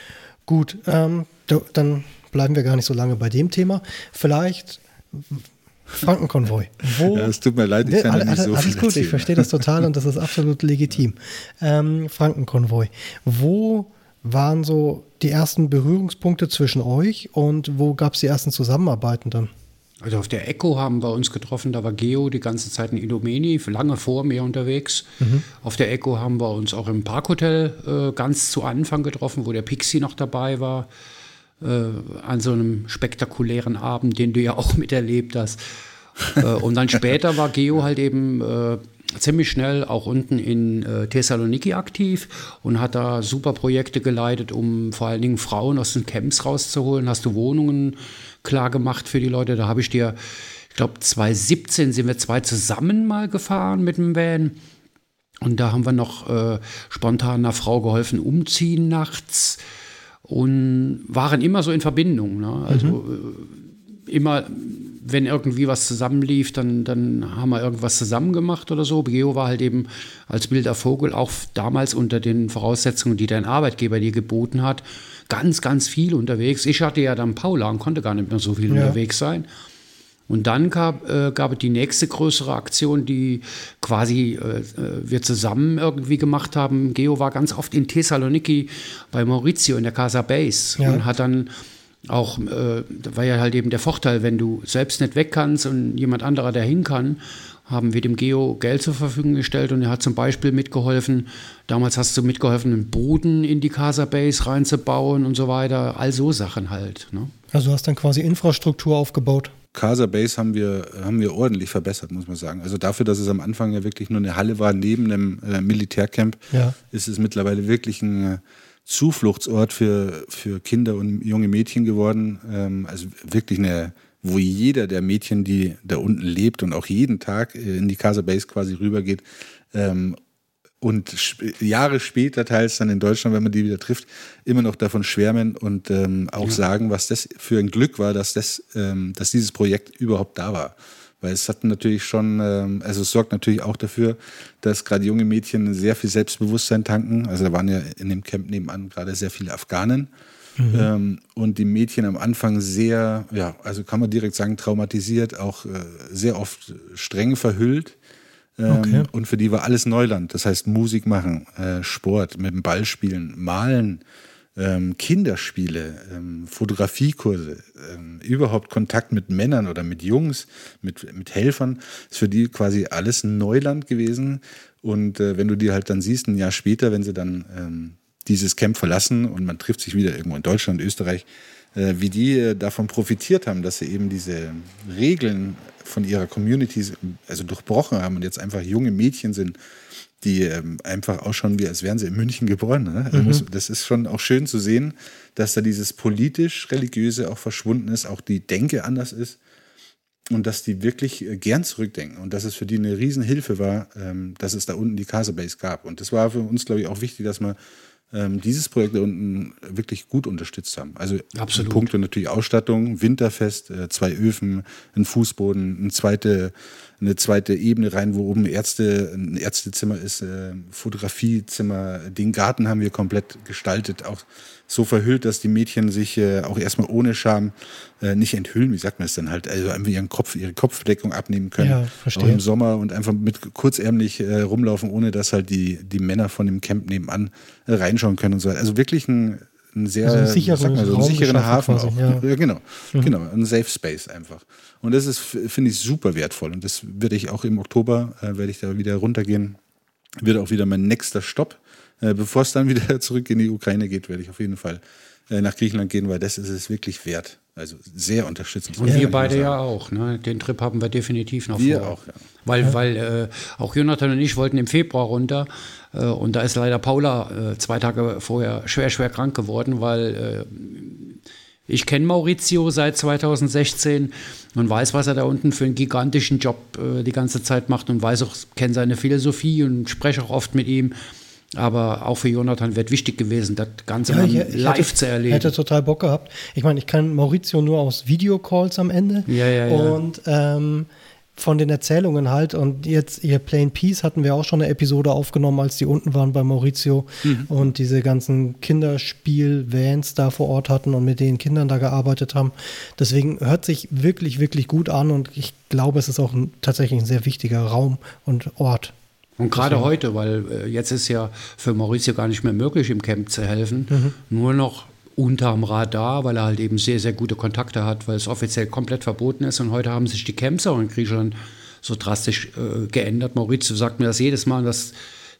Gut, ähm, da, dann bleiben wir gar nicht so lange bei dem Thema. Vielleicht Frankenkonvoi. Wo, Ja, es tut mir leid, ich Nee, kann alle- da nicht alle- so alles viel gut, ich erzählen. verstehe das total und das ist absolut legitim. Ähm, Frankenkonvoi. Wo waren so die ersten Berührungspunkte zwischen euch und wo gab es die ersten Zusammenarbeiten dann? Also auf der Echo haben wir uns getroffen, da war Geo die ganze Zeit in Idomeni, lange vor mir unterwegs. Auf der Echo haben wir uns auch im Parkhotel äh, ganz zu Anfang getroffen, wo der Pixie noch dabei war. äh, an so einem spektakulären Abend, den du ja auch miterlebt hast. äh, und dann später war Geo halt eben äh, ziemlich schnell auch unten in äh, Thessaloniki aktiv und hat da super Projekte geleitet, um vor allen Dingen Frauen aus den Camps rauszuholen. Hast du Wohnungen klar gemacht für die Leute? Da habe ich dir, ich glaube zwanzig siebzehn sind wir zwei zusammen mal gefahren mit dem Van. Und da haben wir noch äh, spontan einer Frau geholfen, umziehen nachts und waren immer so in Verbindung. Ne? Also mhm. äh, immer, wenn irgendwie was zusammenlief, dann, dann haben wir irgendwas zusammen gemacht oder so. Geo war halt eben als wilder Vogel auch damals unter den Voraussetzungen, die dein Arbeitgeber dir geboten hat, ganz, ganz viel unterwegs. Ich hatte ja dann Paula und konnte gar nicht mehr so viel ja. unterwegs sein. Und dann gab, äh, gab es die nächste größere Aktion, die quasi äh, wir zusammen irgendwie gemacht haben. Geo war ganz oft in Thessaloniki bei Maurizio in der Casa Base ja. und hat dann auch, äh, da war ja halt eben der Vorteil, wenn du selbst nicht weg kannst und jemand anderer dahin kann, haben wir dem Geo Geld zur Verfügung gestellt und er hat zum Beispiel mitgeholfen, damals hast du mitgeholfen, einen Boden in die Casa Base reinzubauen und so weiter, all so Sachen halt. Ne? Also du hast dann quasi Infrastruktur aufgebaut. Casa Base haben wir, haben wir ordentlich verbessert, muss man sagen. Also dafür, dass es am Anfang ja wirklich nur eine Halle war, neben einem äh, Militärcamp, ja. ist es mittlerweile wirklich ein äh, Zufluchtsort für, für Kinder und junge Mädchen geworden. Ähm, also wirklich eine, wo jeder der Mädchen, die da unten lebt und auch jeden Tag äh, in die Casa Base quasi rübergeht, ähm, und sp- Jahre später, teils dann in Deutschland, wenn man die wieder trifft, immer noch davon schwärmen und ähm, auch ja. sagen, was das für ein Glück war, dass, das, ähm, dass dieses Projekt überhaupt da war. Weil es hat natürlich schon, ähm, also es sorgt natürlich auch dafür, dass gerade junge Mädchen sehr viel Selbstbewusstsein tanken. Also da waren ja in dem Camp nebenan gerade sehr viele Afghanen. Mhm. Ähm, und die Mädchen am Anfang sehr, ja, also kann man direkt sagen, traumatisiert, auch äh, sehr oft streng verhüllt. Okay. Ähm, und für die war alles Neuland. Das heißt Musik machen, äh, Sport, mit dem Ball spielen, malen, ähm, Kinderspiele, ähm, Fotografiekurse, ähm, überhaupt Kontakt mit Männern oder mit Jungs, mit, mit Helfern, ist für die quasi alles Neuland gewesen. Und äh, wenn du die halt dann siehst, ein Jahr später, wenn sie dann ähm, dieses Camp verlassen und man trifft sich wieder irgendwo in Deutschland, Österreich, äh, wie die äh, davon profitiert haben, dass sie eben diese Regeln von ihrer Community also durchbrochen haben und jetzt einfach junge Mädchen sind, die ähm, einfach ausschauen, wie als wären sie in München geboren. Ne? Mhm. Muss, das ist schon auch schön zu sehen, dass da dieses politisch-religiöse auch verschwunden ist, auch die Denke anders ist und dass die wirklich äh, gern zurückdenken und dass es für die eine Riesenhilfe war, ähm, dass es da unten die Casa Base gab. Und das war für uns, glaube ich, auch wichtig, dass wir ähm, dieses Projekt da unten wirklich gut unterstützt haben. Also Absolut. Punkte natürlich Ausstattung, Winterfest, äh, zwei Öfen, ein Fußboden, eine zweite, eine zweite Ebene rein, wo oben Ärzte, ein Ärztezimmer ist, äh, Fotografiezimmer, den Garten haben wir komplett gestaltet, auch so verhüllt, dass die Mädchen sich äh, auch erstmal ohne Scham äh, nicht enthüllen, wie sagt man es dann halt, also einfach ihren Kopf, ihre Kopfbedeckung abnehmen können, ja, verstehe. Auch im Sommer und einfach mit kurzärmlich äh, rumlaufen, ohne dass halt die, die Männer von dem Camp nebenan äh, reinschauen können und so. Also wirklich ein, ein sehr, also ein sicheren, mal, so, einen sicheren Hafen quasi, auch. Ja. Ja, genau, mhm. genau, ein Safe Space einfach. Und das ist, finde ich, super wertvoll und das werde ich auch im Oktober, äh, werde ich da wieder runtergehen, wird auch wieder mein nächster Stopp. Äh, bevor es dann wieder zurück in die Ukraine geht, werde ich auf jeden Fall äh, nach Griechenland gehen, weil das ist es wirklich wert. Also sehr unterstützend. Und wir beide ja auch. Ne? Den Trip haben wir definitiv noch wir vor. auch, ja. Weil, ja. weil äh, auch Jonathan und ich wollten im Februar runter äh, und da ist leider Paula äh, zwei Tage vorher schwer, schwer krank geworden, weil äh, ich kenne Maurizio seit zweitausendsechzehn und weiß, was er da unten für einen gigantischen Job äh, die ganze Zeit macht und weiß auch, kenne seine Philosophie und spreche auch oft mit ihm. Aber auch für Jonathan wird wichtig gewesen, das Ganze ja, mal ich, ich live hätte, zu erleben. Ich hätte total Bock gehabt. Ich meine, ich kann Maurizio nur aus Videocalls am Ende. Ja, ja, ja. Und ähm, von den Erzählungen halt. Und jetzt ihr Plain Peace hatten wir auch schon eine Episode aufgenommen, als die unten waren bei Maurizio mhm. und diese ganzen Kinderspiel-Vans da vor Ort hatten und mit den Kindern da gearbeitet haben. Deswegen hört sich wirklich, wirklich gut an und ich glaube, es ist auch ein, tatsächlich ein sehr wichtiger Raum und Ort. Und gerade heute, weil äh, jetzt ist ja für Maurizio gar nicht mehr möglich, im Camp zu helfen, mhm. nur noch unterm Radar, weil er halt eben sehr, sehr gute Kontakte hat, weil es offiziell komplett verboten ist. Und heute haben sich die Camps auch in Griechenland so drastisch äh, geändert. Maurizio sagt mir das jedes Mal, dass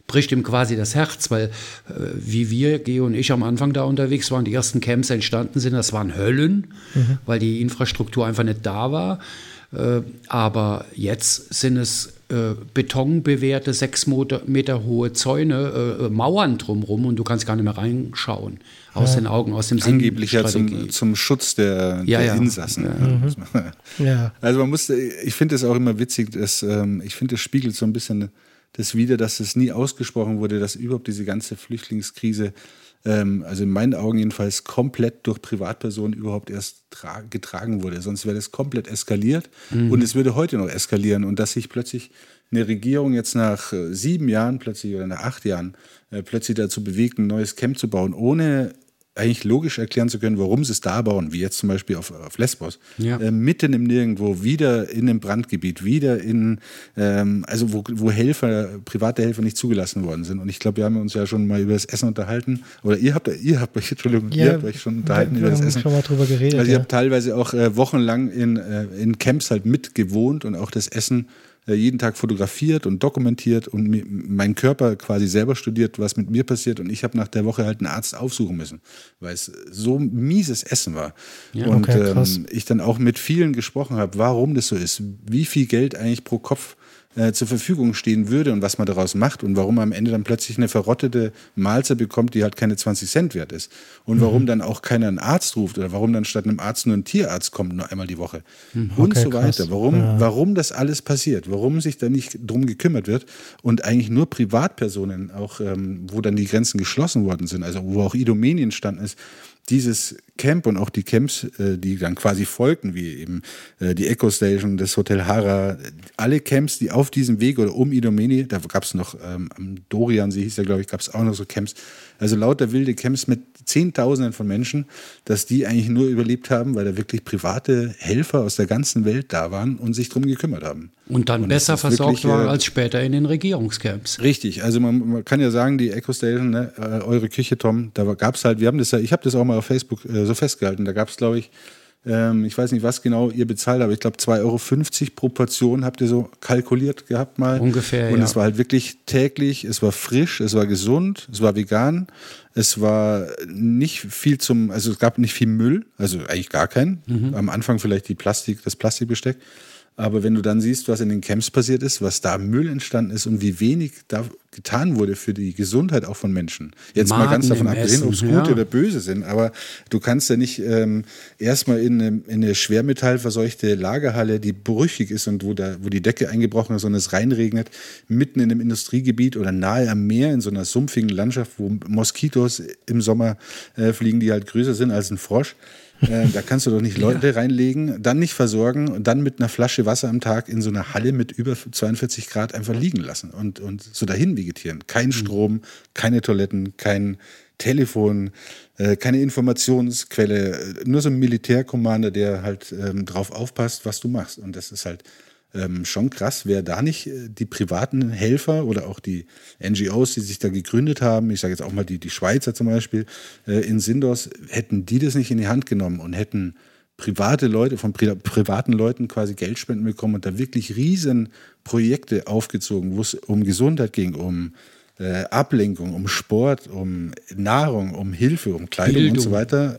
bricht ihm quasi das Herz, weil äh, wie wir, Geo und ich, am Anfang da unterwegs waren, die ersten Camps entstanden sind, das waren Höllen, mhm. weil die Infrastruktur einfach nicht da war. Äh, aber jetzt sind es äh, betonbewehrte, sechs Meter hohe Zäune, äh, Mauern drumherum und du kannst gar nicht mehr reinschauen. Aus ja. den Augen, aus dem Sinn. Angeblich ja zum, zum Schutz der, ja, der ja. Insassen. Ja. Mhm. Ja. Also man muss, ich finde es auch immer witzig, dass, ähm, ich finde, es spiegelt so ein bisschen das wider, dass es nie ausgesprochen wurde, dass überhaupt diese ganze Flüchtlingskrise, ähm, also in meinen Augen jedenfalls, komplett durch Privatpersonen überhaupt erst tra- getragen wurde. Sonst wäre das komplett eskaliert mhm. und es würde heute noch eskalieren. Und dass sich plötzlich eine Regierung jetzt nach äh, sieben Jahren plötzlich oder nach acht Jahren äh, plötzlich dazu bewegt, ein neues Camp zu bauen, ohne eigentlich logisch erklären zu können, warum sie es da bauen, wie jetzt zum Beispiel auf, auf Lesbos, ja. äh, mitten im Nirgendwo, wieder in einem Brandgebiet, wieder in, ähm, also wo, wo Helfer, private Helfer nicht zugelassen worden sind. Und ich glaube, wir haben uns ja schon mal über das Essen unterhalten, oder ihr habt, ihr habt euch, Entschuldigung, ja, ihr habt euch schon unterhalten wir, über wir das haben Essen. schon mal drüber geredet. Also ja. ich habe teilweise auch äh, wochenlang in, äh, in Camps halt mitgewohnt und auch das Essen jeden Tag fotografiert und dokumentiert und mi- meinen Körper quasi selber studiert, was mit mir passiert. Und ich habe nach der Woche halt einen Arzt aufsuchen müssen, weil es so mieses Essen war. Ja, und okay, krass. ähm, ich dann auch mit vielen gesprochen habe, warum das so ist, wie viel Geld eigentlich pro Kopf äh, zur Verfügung stehen würde und was man daraus macht und warum man am Ende dann plötzlich eine verrottete Mahlzeit bekommt, die halt keine zwanzig Cent wert ist. Und warum mhm. dann auch keiner einen Arzt ruft oder warum dann statt einem Arzt nur ein Tierarzt kommt, nur einmal die Woche. Mhm. Und okay, so weiter. krass. Warum, ja. warum das alles passiert, warum sich da nicht drum gekümmert wird und eigentlich nur Privatpersonen, auch ähm, wo dann die Grenzen geschlossen worden sind, also wo auch Idomeni entstanden ist, dieses Camp und auch die Camps, äh, die dann quasi folgten, wie eben äh, die Eco Station, das Hotel Hara, alle Camps, die auf diesem Weg oder um Idomeni, da gab es noch ähm, am Doriansee hieß ja, glaube ich, gab es auch noch so Camps, also lauter wilde Camps mit Zehntausenden von Menschen, dass die eigentlich nur überlebt haben, weil da wirklich private Helfer aus der ganzen Welt da waren und sich drum gekümmert haben. Und dann und besser versorgt waren als später in den Regierungscamps. Richtig, also man, man kann ja sagen, die Eco Station, ne, äh, eure Küche, Tom, da gab es halt, wir haben das ja, ich habe das auch mal auf Facebook äh, so festgehalten, da gab es, glaube ich, ähm, ich weiß nicht, was genau ihr bezahlt, aber ich glaube zwei Euro fünfzig pro Portion habt ihr so kalkuliert gehabt mal. Ungefähr, und ja. Und es war halt wirklich täglich, es war frisch, es war gesund, es war vegan, es war nicht viel zum, also es gab nicht viel Müll, also eigentlich gar keinen. Mhm. Am Anfang vielleicht die Plastik, das Plastikbesteck. Aber wenn du dann siehst, was in den Camps passiert ist, was da Müll entstanden ist und wie wenig da getan wurde für die Gesundheit auch von Menschen. Jetzt Maden mal ganz davon abgesehen, ob es gute ja. oder böse sind, aber du kannst ja nicht ähm, erstmal in eine, in eine schwermetallverseuchte Lagerhalle, die brüchig ist und wo, da, wo die Decke eingebrochen ist und es reinregnet, mitten in einem Industriegebiet oder nahe am Meer in so einer sumpfigen Landschaft, wo Moskitos im Sommer äh, fliegen, die halt größer sind als ein Frosch. Äh, da kannst du doch nicht Leute ja. reinlegen, dann nicht versorgen und dann mit einer Flasche Wasser am Tag in so einer Halle mit über zweiundvierzig Grad einfach liegen lassen und, und so dahin vegetieren. Kein mhm. Strom, keine Toiletten, kein Telefon, äh, keine Informationsquelle, nur so ein Militärkommander, der halt ähm, drauf aufpasst, was du machst. Und das ist halt Ähm, schon krass, wer da nicht äh, die privaten Helfer oder auch die N G Os, die sich da gegründet haben, ich sage jetzt auch mal die, die Schweizer zum Beispiel, äh, in Sindors, hätten die das nicht in die Hand genommen und hätten private Leute, von pri- privaten Leuten quasi Geldspenden bekommen und da wirklich riesen Projekte aufgezogen, wo es um Gesundheit ging, um äh, Ablenkung, um Sport, um Nahrung, um Hilfe, um Kleidung Bildung. und so weiter.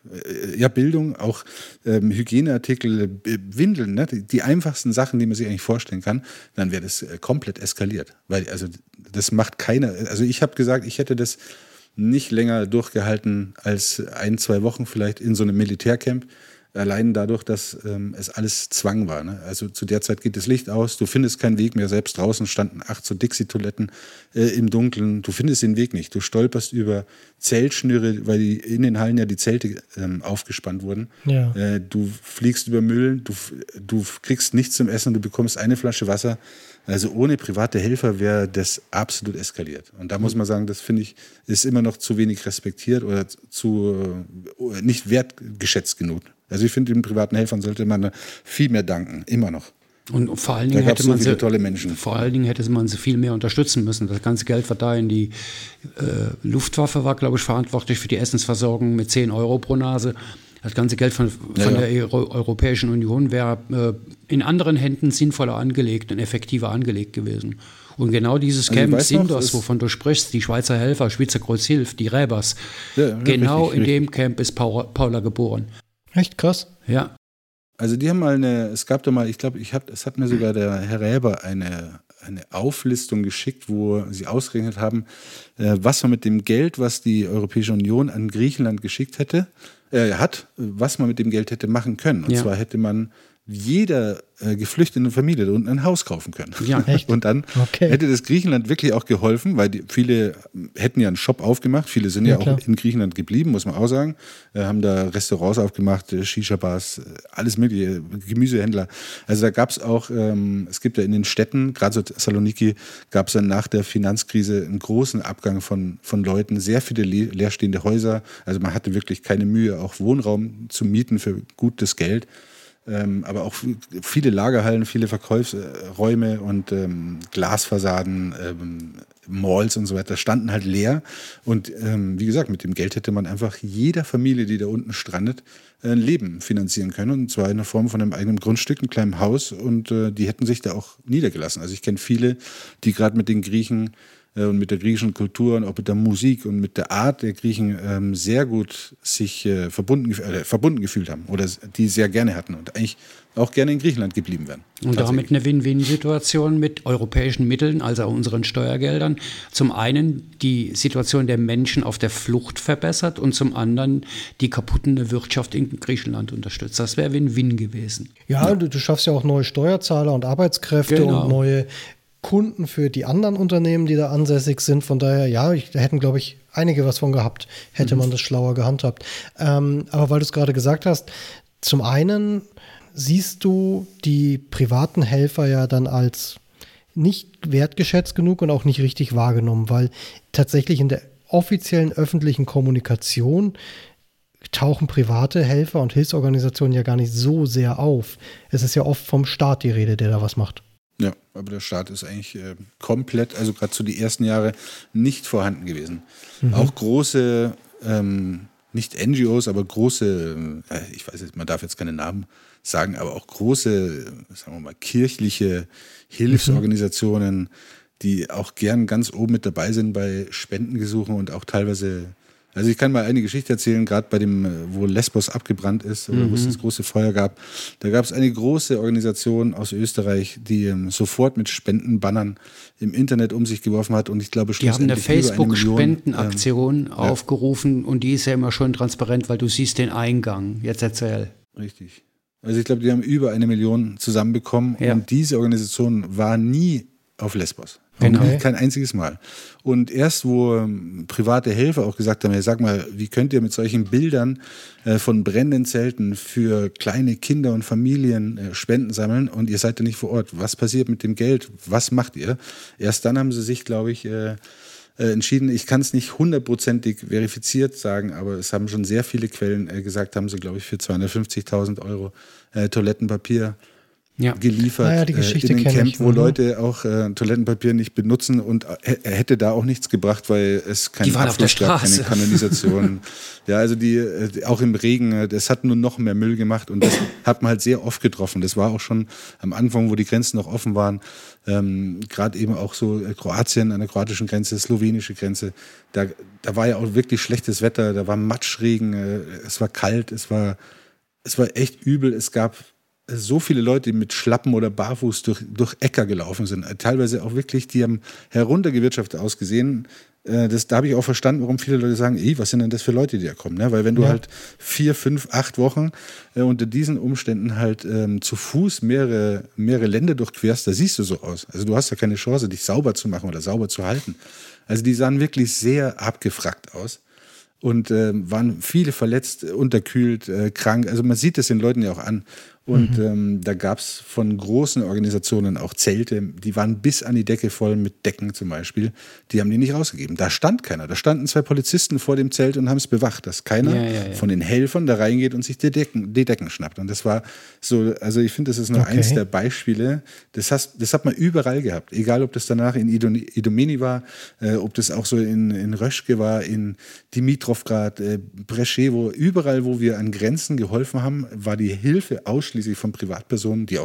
Ja, Bildung, auch ähm, Hygieneartikel, äh, Windeln, ne? die, die einfachsten Sachen, die man sich eigentlich vorstellen kann, dann wäre das äh, komplett eskaliert. Weil, also, das macht keiner. Also, ich habe gesagt, ich hätte das nicht länger durchgehalten als ein, zwei Wochen vielleicht in so einem Militärcamp. Allein dadurch, dass ähm, es alles Zwang war. Ne? Also zu der Zeit geht das Licht aus, du findest keinen Weg mehr. Selbst draußen standen acht so Dixie-Toiletten äh, im Dunkeln. Du findest den Weg nicht. Du stolperst über Zeltschnüre, weil die, in den Hallen ja die Zelte ähm, aufgespannt wurden. Ja. Äh, du fliegst über Müll, du, du kriegst nichts zum Essen, du bekommst eine Flasche Wasser. Also ohne private Helfer wäre das absolut eskaliert. Und da muss man sagen, das finde ich, ist immer noch zu wenig respektiert oder zu äh, nicht wertgeschätzt genug. Also ich finde, den privaten Helfern sollte man viel mehr danken, immer noch. Und vor allen Dingen hätte so man viele sie, tolle Menschen. Vor allen Dingen hätte man sie viel mehr unterstützen müssen. Das ganze Geld war da in die äh, Luftwaffe, war, glaube ich, verantwortlich für die Essensversorgung mit zehn Euro pro Nase. Das ganze Geld von, von ja, ja. der Euro, Europäischen Union wäre äh, in anderen Händen sinnvoller angelegt und effektiver angelegt gewesen. Und genau dieses Also ich Camp weiß noch, Sindos, es- wovon du sprichst, die Schweizer Helfer, Schweizer Kreuzhilfe, die Räbers, Ja, genau richtig, in richtig. dem Camp ist Paula, Paula geboren. Echt krass. Ja, Also die haben mal eine, es gab da mal, ich glaube, ich hab, es hat mir sogar der Herr Räber eine, eine Auflistung geschickt, wo sie ausgerechnet haben, äh, was man mit dem Geld, was die Europäische Union an Griechenland geschickt hätte, äh, hat, was man mit dem Geld hätte machen können. Und Ja. zwar hätte man jeder äh, geflüchteten Familie da unten ein Haus kaufen können. Ja, echt? Und dann Okay. hätte das Griechenland wirklich auch geholfen, weil die, viele hätten ja einen Shop aufgemacht, viele sind ja, Ja, klar. auch in Griechenland geblieben, muss man auch sagen, äh, haben da Restaurants aufgemacht, äh, Shisha-Bars, äh, alles mögliche, Gemüsehändler. Also da gab es auch, ähm, es gibt ja in den Städten, gerade so Thessaloniki, gab es dann nach der Finanzkrise einen großen Abgang von, von Leuten, sehr viele le leerstehende Häuser, also man hatte wirklich keine Mühe, auch Wohnraum zu mieten für gutes Geld. Ähm, aber auch viele Lagerhallen, viele Verkaufsräume und ähm, Glasfassaden, ähm, Malls und so weiter standen halt leer. Und ähm, wie gesagt, mit dem Geld hätte man einfach jeder Familie, die da unten strandet, ein Leben finanzieren können. Und zwar in der Form von einem eigenen Grundstück, einem kleinen Haus. Und äh, die hätten sich da auch niedergelassen. Also ich kenne viele, die gerade mit den Griechen äh, und mit der griechischen Kultur und auch mit der Musik und mit der Art der Griechen ähm, sehr gut sich äh, verbunden, äh, verbunden gefühlt haben oder die sehr gerne hatten und eigentlich auch gerne in Griechenland geblieben wären. und damit eine Win-Win-Situation mit europäischen Mitteln, also unseren Steuergeldern. Zum einen die Situation der Menschen auf der Flucht verbessert und zum anderen die kaputte Wirtschaft in Griechenland unterstützt. Das wäre Win-Win gewesen. Ja, Du, du schaffst ja auch neue Steuerzahler und Arbeitskräfte Genau. und neue Kunden für die anderen Unternehmen, die da ansässig sind. Von daher, ja, ich, da hätten, glaube ich, einige was von gehabt, hätte man das schlauer gehandhabt. Ähm, aber weil du es gerade gesagt hast, zum einen siehst du die privaten Helfer ja dann als nicht wertgeschätzt genug und auch nicht richtig wahrgenommen, weil tatsächlich in der offiziellen öffentlichen Kommunikation tauchen private Helfer und Hilfsorganisationen ja gar nicht so sehr auf. Es ist ja oft vom Staat die Rede, der da was macht. Ja, aber der Staat ist eigentlich äh, komplett, also gerade zu die ersten Jahre, nicht vorhanden gewesen. Mhm. Auch große, ähm, nicht N G Os, aber große, äh, ich weiß jetzt, man darf jetzt keine Namen sagen, aber auch große, sagen wir mal, kirchliche Hilfsorganisationen, mhm. die auch gern ganz oben mit dabei sind bei Spendengesuchen und auch teilweise. Also ich kann mal eine Geschichte erzählen, gerade bei dem, wo Lesbos abgebrannt ist oder mhm. wo es das große Feuer gab. Da gab es eine große Organisation aus Österreich, die ähm, sofort mit Spendenbannern im Internet um sich geworfen hat und ich glaube Die haben eine schlussendlich über eine Million, Facebook-Spendenaktion ähm, aufgerufen und die ist ja immer schon transparent, weil du siehst den Eingang. Jetzt erzähl. Richtig. Also ich glaube, die haben über eine Million zusammenbekommen Ja. und diese Organisation war nie auf Lesbos. Genau. Okay. Kein einziges Mal. Und erst, wo ähm, private Helfer auch gesagt haben, ja, sag mal, wie könnt ihr mit solchen Bildern äh, von brennenden Zelten für kleine Kinder und Familien äh, Spenden sammeln und ihr seid ja nicht vor Ort. Was passiert mit dem Geld? Was macht ihr? Erst dann haben sie sich, glaube ich, äh, äh, entschieden. Ich kann es nicht hundertprozentig verifiziert sagen, aber es haben schon sehr viele Quellen äh, gesagt, haben sie, glaube ich, für zweihundertfünfzigtausend Euro äh, Toilettenpapier Ja. geliefert Ah ja, die Geschichte äh, in den kenn Camp, ich. wo Mhm. Leute auch äh, Toilettenpapier nicht benutzen und äh, hätte da auch nichts gebracht, weil es keinen Die waren auf der Abfluss gab, keine Straße. Kanalisation. Ja, also die, äh, auch im Regen, äh, das hat nur noch mehr Müll gemacht und das hat man halt sehr oft getroffen. Das war auch schon am Anfang, wo die Grenzen noch offen waren, ähm, gerade eben auch so äh, Kroatien an der kroatischen Grenze, slowenische Grenze, da, da war ja auch wirklich schlechtes Wetter, da war Matschregen, äh, es war kalt, es war, es war echt übel, es gab so viele Leute, die mit Schlappen oder barfuß durch, durch Äcker gelaufen sind. Teilweise auch wirklich, die haben heruntergewirtschaftet ausgesehen. Das, da habe ich auch verstanden, warum viele Leute sagen, ey, was sind denn das für Leute, die da kommen? Ne? Weil wenn du Ja. halt vier, fünf, acht Wochen äh, unter diesen Umständen halt ähm, zu Fuß mehrere, mehrere Länder durchquerst, da siehst du so aus. Also du hast ja keine Chance, dich sauber zu machen oder sauber zu halten. Also die sahen wirklich sehr abgefrackt aus. Und äh, waren viele verletzt, unterkühlt, äh, krank. Also man sieht es den Leuten ja auch an. Und mhm. ähm, da gab es von großen Organisationen auch Zelte, die waren bis an die Decke voll mit Decken zum Beispiel. Die haben die nicht rausgegeben. Da stand keiner. Da standen zwei Polizisten vor dem Zelt und haben es bewacht, dass keiner Ja, ja, ja. von den Helfern da reingeht und sich die Decken, die Decken schnappt. Und das war so, also ich finde, das ist nur Okay. eins der Beispiele. Das, hast, das hat man überall gehabt. Egal, ob das danach in Idom- Idomeni war, äh, ob das auch so in, in Röschke war, in Dimitrovgrad, äh, Breschewo. Überall, wo wir an Grenzen geholfen haben, war die Hilfe ausschließlich von Privatpersonen, die auch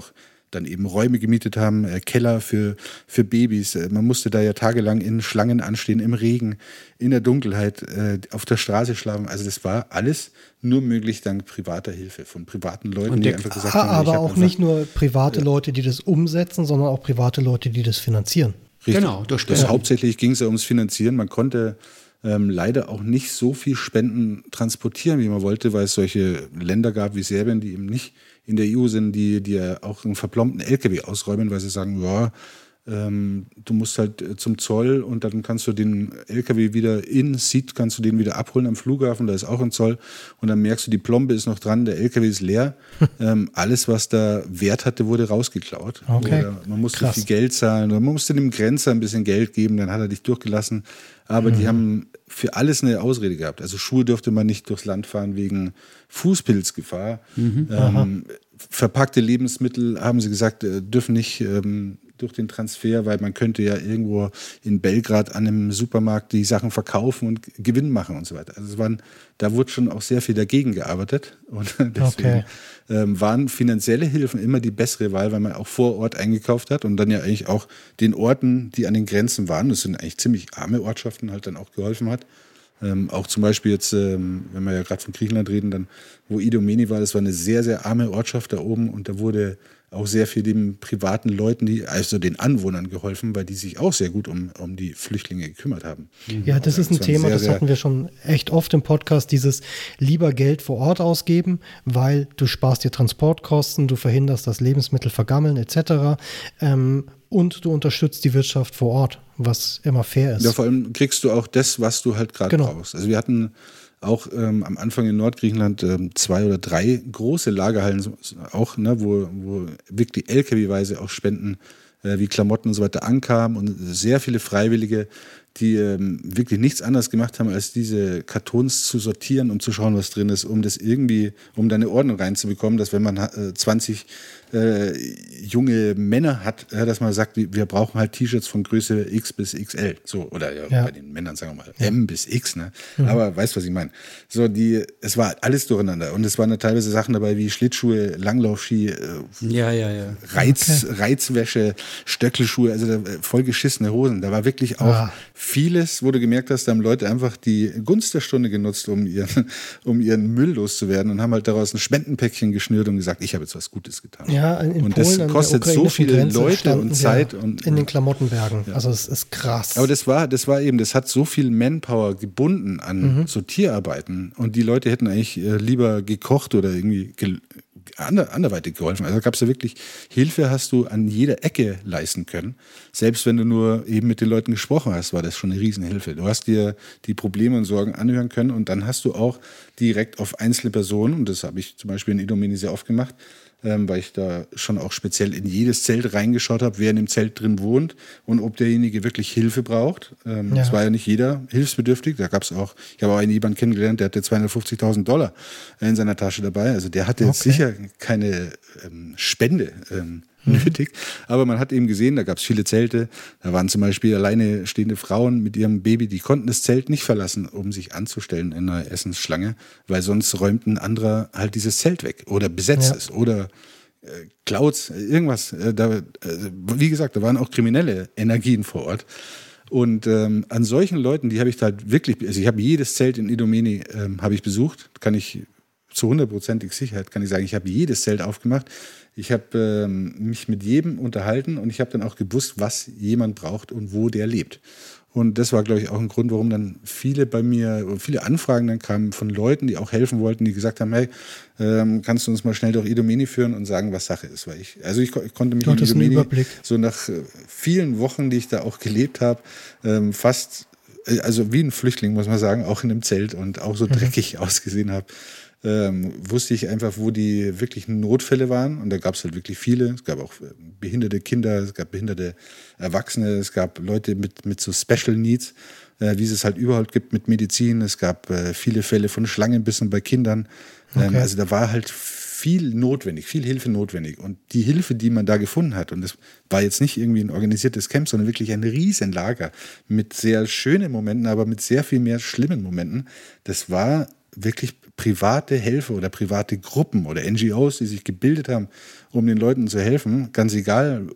dann eben Räume gemietet haben, äh, Keller für, für Babys. Äh, man musste da ja tagelang in Schlangen anstehen, im Regen, in der Dunkelheit, äh, auf der Straße schlafen. Also das war alles nur möglich dank privater Hilfe von privaten Leuten, Und die der- einfach gesagt Ah, haben, ich aber hab auch einfach, nicht nur private Leute, die das umsetzen, sondern auch private Leute, die das finanzieren. Richtig. Genau, durch das Spenden. hauptsächlich ging es ja ums Finanzieren. Man konnte ähm, leider auch nicht so viel Spenden transportieren, wie man wollte, weil es solche Länder gab wie Serbien, die eben nicht in der E U sind, die, die ja auch einen verplombten L K W ausräumen, weil sie sagen, ja, ähm, du musst halt äh, zum Zoll und dann kannst du den L K W wieder in Seat, kannst du den wieder abholen am Flughafen, da ist auch ein Zoll und dann merkst du, die Plombe ist noch dran, der L K W ist leer. ähm, alles, was da Wert hatte, wurde rausgeklaut. Okay. Oder man musste Krass. viel Geld zahlen oder man musste dem Grenzer ein bisschen Geld geben, dann hat er dich durchgelassen. Aber die haben für alles eine Ausrede gehabt. Also Schuhe durfte man nicht durchs Land fahren wegen Fußpilzgefahr. Ähm, verpackte Lebensmittel, haben sie gesagt, äh, dürfen nicht ähm, durch den Transfer, weil man könnte ja irgendwo in Belgrad an einem Supermarkt die Sachen verkaufen und Gewinn machen und so weiter. Also es waren, da wurde schon auch sehr viel dagegen gearbeitet und deswegen Okay. ähm, waren finanzielle Hilfen immer die bessere Wahl, weil man auch vor Ort eingekauft hat und dann ja eigentlich auch den Orten, die an den Grenzen waren, das sind eigentlich ziemlich arme Ortschaften, halt dann auch geholfen hat. Ähm, auch zum Beispiel jetzt, ähm, wenn wir ja gerade von Griechenland reden, dann, wo Idomeni war, das war eine sehr, sehr arme Ortschaft da oben und da wurde auch sehr viel den privaten Leuten, die, also den Anwohnern geholfen, weil die sich auch sehr gut um, um die Flüchtlinge gekümmert haben. Ja, das ist ein war Thema, sehr, das sehr- hatten wir schon echt oft im Podcast, dieses lieber Geld vor Ort ausgeben, weil du sparst dir Transportkosten, du verhinderst, dass Lebensmittel vergammeln et cetera. Ähm, und du unterstützt die Wirtschaft vor Ort, was immer fair ist. Ja, vor allem kriegst du auch das, was du halt gerade Genau. brauchst. Also wir hatten auch ähm, am Anfang in Nordgriechenland ähm, zwei oder drei große Lagerhallen, so- auch, ne, wo, wo wirklich L K W-weise auch Spenden äh, wie Klamotten und so weiter ankamen und sehr viele Freiwillige, die ähm, wirklich nichts anderes gemacht haben, als diese Kartons zu sortieren und zu schauen, was drin ist, um das irgendwie, um da eine Ordnung reinzubekommen, dass wenn man äh, zwanzig äh, junge Männer hat, äh, dass man sagt, wir brauchen halt T-Shirts von Größe X bis X L. So, oder ja, Ja. bei den Männern sagen wir mal M bis X, ne? Aber weißt du, was ich meine? So, die, es war alles durcheinander. Und es waren da teilweise Sachen dabei wie Schlittschuhe, Langlaufski, äh, Ja, ja, ja. Reiz, Reizwäsche, Stöckelschuhe, also da, voll geschissene Hosen. Da war wirklich auch Ah. vieles, wo du gemerkt hast, da haben Leute einfach die Gunst der Stunde genutzt, um ihren, um ihren Müll loszuwerden und haben halt daraus ein Spendenpäckchen geschnürt und gesagt, ich habe jetzt was Gutes getan. Ja, in, in und Polen das an kostet der so ukrainischen viele Grenze Leute standen und Zeit. wir Und, in den Klamottenbergen. Also es ist krass. aber das war, das war eben, das hat so viel Manpower gebunden an Mhm. so Tierarbeiten und die Leute hätten eigentlich äh, lieber gekocht oder irgendwie gel- ander, anderweitig geholfen. Also da gab es ja wirklich Hilfe, hast du an jeder Ecke leisten können. Selbst wenn du nur eben mit den Leuten gesprochen hast, war das schon eine Riesenhilfe. Du hast dir die Probleme und Sorgen anhören können und dann hast du auch direkt auf einzelne Personen, und das habe ich zum Beispiel in Idomeni sehr oft gemacht, ähm, weil ich da schon auch speziell in jedes Zelt reingeschaut habe, wer in dem Zelt drin wohnt und ob derjenige wirklich Hilfe braucht. Ähm, Ja. Es war ja nicht jeder hilfsbedürftig. Da gab es auch, ich habe auch einen jemanden kennengelernt, der hatte zweihundertfünfzigtausend Dollar in seiner Tasche dabei. Also der hatte jetzt Okay. sicher keine ähm, Spende ähm, nötig. Aber man hat eben gesehen, da gab es viele Zelte. Da waren zum Beispiel alleine stehende Frauen mit ihrem Baby, die konnten das Zelt nicht verlassen, um sich anzustellen in einer Essensschlange, weil sonst räumt ein anderer halt dieses Zelt weg oder besetzt Ja. es oder äh, klaut irgendwas. Äh, da, äh, wie gesagt, da waren auch kriminelle Energien vor Ort. Und ähm, an solchen Leuten, die habe ich halt wirklich, also ich habe jedes Zelt in Idomeni ähm, habe ich besucht, kann ich zu hundertprozentig Sicherheit kann ich sagen, ich habe jedes Zelt aufgemacht. Ich habe ähm, mich mit jedem unterhalten und ich habe dann auch gewusst, was jemand braucht und wo der lebt. Und das war, glaube ich, auch ein Grund, warum dann viele bei mir, viele Anfragen dann kamen von Leuten, die auch helfen wollten, die gesagt haben, hey, ähm, kannst du uns mal schnell durch Idomeni führen und sagen, was Sache ist. Weil ich, also ich, ko- ich konnte mich Du in hattest einen Idomeni Überblick. so nach äh, vielen Wochen, die ich da auch gelebt habe, ähm, fast, äh, also wie ein Flüchtling, muss man sagen, auch in einem Zelt und auch so dreckig ausgesehen habe. Ähm, wusste ich einfach, wo die wirklichen Notfälle waren. Und da gab es halt wirklich viele. Es gab auch äh, behinderte Kinder, es gab behinderte Erwachsene, es gab Leute mit, mit so Special Needs, äh, wie es es halt überhaupt gibt mit Medizin. Es gab äh, viele Fälle von Schlangenbissen bei Kindern. Ähm, Okay. Also da war halt viel notwendig, viel Hilfe notwendig. Und die Hilfe, die man da gefunden hat, und das war jetzt nicht irgendwie ein organisiertes Camp, sondern wirklich ein Riesenlager mit sehr schönen Momenten, aber mit sehr viel mehr schlimmen Momenten, das war wirklich private Helfer oder private Gruppen oder N G Os, die sich gebildet haben, um den Leuten zu helfen, ganz egal,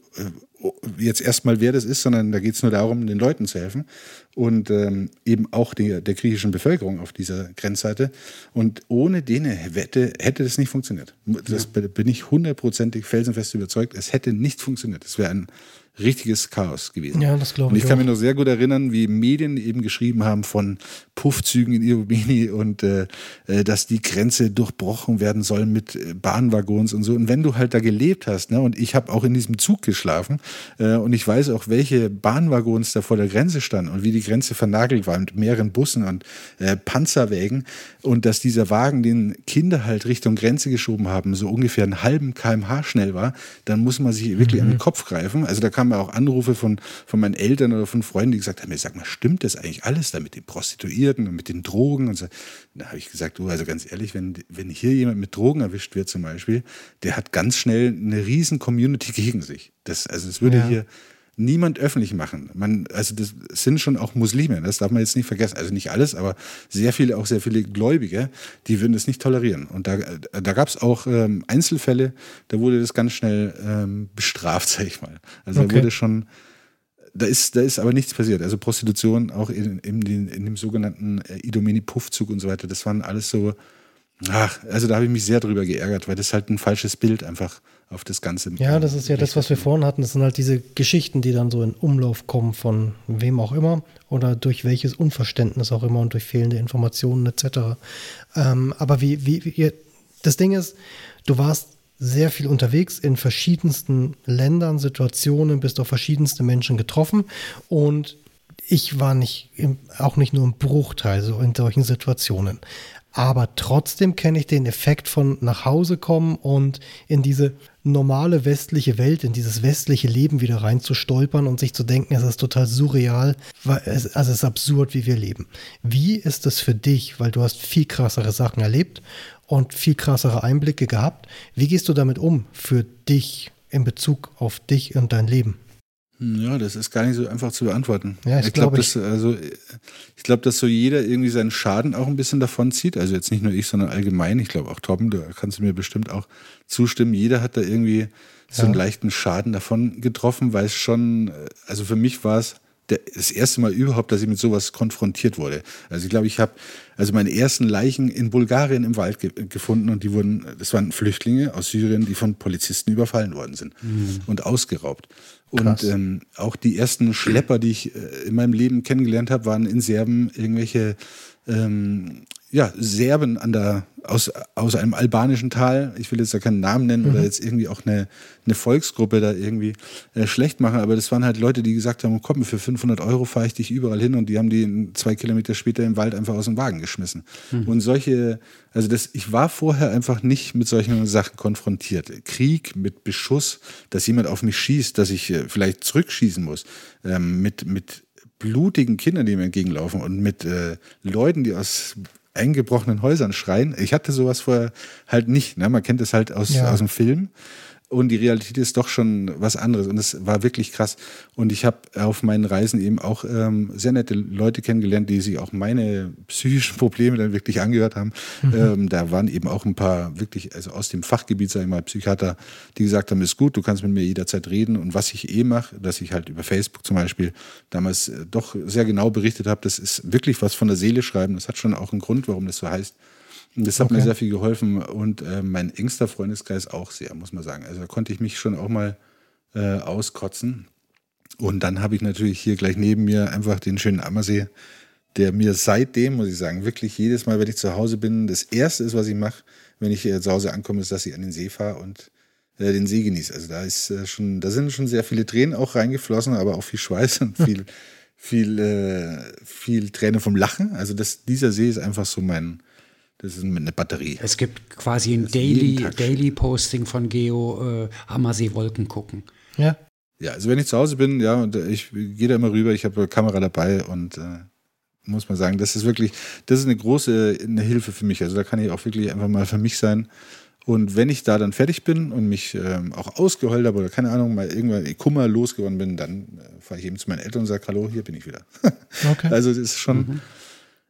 jetzt erstmal wer das ist, sondern da geht es nur darum, den Leuten zu helfen und ähm, eben auch die, der griechischen Bevölkerung auf dieser Grenzseite. Und ohne denen hätte, hätte das nicht funktioniert. Das ja. bin ich hundertprozentig felsenfest überzeugt. Es hätte nicht funktioniert. Es wäre ein richtiges Chaos gewesen. Ja, das glaube ich. Und ich kann auch. mich noch sehr gut erinnern, wie Medien eben geschrieben haben von Puffzügen in Idomeni und äh, dass die Grenze durchbrochen werden soll mit Bahnwaggons und so. Und wenn du halt da gelebt hast, ne, und ich habe auch in diesem Zug geschlafen äh, und ich weiß auch, welche Bahnwaggons da vor der Grenze standen und wie die Grenze vernagelt war mit mehreren Bussen und äh, Panzerwägen und dass dieser Wagen, den Kinder halt Richtung Grenze geschoben haben, so ungefähr einen halben Kilometer pro Stunde schnell war, dann muss man sich wirklich mhm. an den Kopf greifen. Also da kamen auch Anrufe von, von meinen Eltern oder von Freunden, die gesagt haben, sag mal, stimmt das eigentlich alles da mit den Prostituierten und mit den Drogen? Und so. Da habe ich gesagt, du, also ganz ehrlich, wenn, wenn hier jemand mit Drogen erwischt wird zum Beispiel, der hat ganz schnell eine riesen Community gegen sich. Das, also das würde ja. hier niemand öffentlich machen. Man, also das sind schon auch Muslime, das darf man jetzt nicht vergessen. Also nicht alles, aber sehr viele, auch sehr viele Gläubige, die würden das nicht tolerieren. Und da, da gab es auch ähm, Einzelfälle, da wurde das ganz schnell ähm, bestraft, sag ich mal. Also okay. da wurde schon, da ist, da ist aber nichts passiert. Also Prostitution auch in, in, in, in dem sogenannten Idomeni-Puffzug und so weiter, das waren alles so, ach, also da habe ich mich sehr drüber geärgert, weil das halt ein falsches Bild einfach auf das Ganze. Ja, das ist ja das, was wir vorhin hatten. Das sind halt diese Geschichten, die dann so in Umlauf kommen von wem auch immer oder durch welches Unverständnis auch immer und durch fehlende Informationen et cetera. Ähm, aber wie, wie, wie, das Ding ist, du warst sehr viel unterwegs in verschiedensten Ländern, Situationen, bist auf verschiedenste Menschen getroffen und ich war nicht, im, auch nicht nur im Bruchteil so in solchen Situationen. Aber trotzdem kenne ich den Effekt von nach Hause kommen und in diese normale westliche Welt, in dieses westliche Leben wieder reinzustolpern und sich zu denken, es ist total surreal, weil es, also es ist absurd, wie wir leben. Wie ist es für dich, weil du hast viel krassere Sachen erlebt und viel krassere Einblicke gehabt, wie gehst du damit um für dich in Bezug auf dich und dein Leben? Ja, das ist gar nicht so einfach zu beantworten. Ja, ich, ich glaube, glaub, dass, also, ich glaube, dass so jeder irgendwie seinen Schaden auch ein bisschen davon zieht. Also jetzt nicht nur ich, sondern allgemein. Ich glaube auch Tom, da kannst du mir bestimmt auch zustimmen. Jeder hat da irgendwie so einen ja. leichten Schaden davon getroffen, weil es schon, also für mich war es das erste Mal überhaupt, dass ich mit sowas konfrontiert wurde. Also ich glaube, ich habe also meine ersten Leichen in Bulgarien im Wald ge- gefunden und die wurden, das waren Flüchtlinge aus Syrien, die von Polizisten überfallen worden sind mhm. und ausgeraubt. Krass. Und ähm, auch die ersten Schlepper, die ich äh, in meinem Leben kennengelernt habe, waren in Serben irgendwelche ähm, ja, Serben an der, aus, aus einem albanischen Tal, ich will jetzt da keinen Namen nennen mhm. oder jetzt irgendwie auch eine, eine Volksgruppe da irgendwie äh, schlecht machen, aber das waren halt Leute, die gesagt haben, komm, für fünfhundert Euro fahre ich dich überall hin und die haben die zwei Kilometer später im Wald einfach aus dem Wagen geschmissen. Mhm. Und solche, also das, ich war vorher einfach nicht mit solchen Sachen konfrontiert. Krieg mit Beschuss, dass jemand auf mich schießt, dass ich äh, vielleicht zurückschießen muss, ähm, mit, mit blutigen Kindern, die mir entgegenlaufen und mit äh, Leuten, die aus eingebrochenen Häusern schreien. Ich hatte sowas vorher halt nicht. Ne? Man kennt das halt aus, ja. aus dem Film. Und die Realität ist doch schon was anderes. Und es war wirklich krass. Und ich habe auf meinen Reisen eben auch ähm, sehr nette Leute kennengelernt, die sich auch meine psychischen Probleme dann wirklich angehört haben. Mhm. Ähm, da waren eben auch ein paar wirklich, also aus dem Fachgebiet, sage ich mal, Psychiater, die gesagt haben, ist gut, du kannst mit mir jederzeit reden. Und was ich eh mache, dass ich halt über Facebook zum Beispiel damals äh, doch sehr genau berichtet habe, das ist wirklich was von der Seele schreiben. Das hat schon auch einen Grund, warum das so heißt. Und das hat okay. mir sehr viel geholfen und äh, mein engster Freundeskreis auch sehr, muss man sagen. Also da konnte ich mich schon auch mal äh, auskotzen. Und dann habe ich natürlich hier gleich neben mir einfach den schönen Ammersee, der mir seitdem, muss ich sagen, wirklich jedes Mal, wenn ich zu Hause bin, das Erste ist, was ich mache, wenn ich äh, zu Hause ankomme, ist, dass ich an den See fahre und äh, den See genieße. Also da ist äh, schon, da sind schon sehr viele Tränen auch reingeflossen, aber auch viel Schweiß und viel, viel, äh, viel Tränen vom Lachen. Also das, dieser See ist einfach so mein Das ist eine Batterie. Es gibt quasi ein Daily, Daily Posting von Geo, äh, Ammersee Wolken gucken. Ja. Ja, also wenn ich zu Hause bin, ja, und ich gehe da immer rüber, ich habe eine Kamera dabei und äh, muss man sagen, das ist wirklich, das ist eine große eine Hilfe für mich. Also da kann ich auch wirklich einfach mal für mich sein. Und wenn ich da dann fertig bin und mich ähm, auch ausgeheult habe oder keine Ahnung, mal irgendwann Kummer losgeworden bin, dann äh, fahre ich eben zu meinen Eltern und sage, hallo, hier bin ich wieder. Okay. Also das ist schon... Mhm.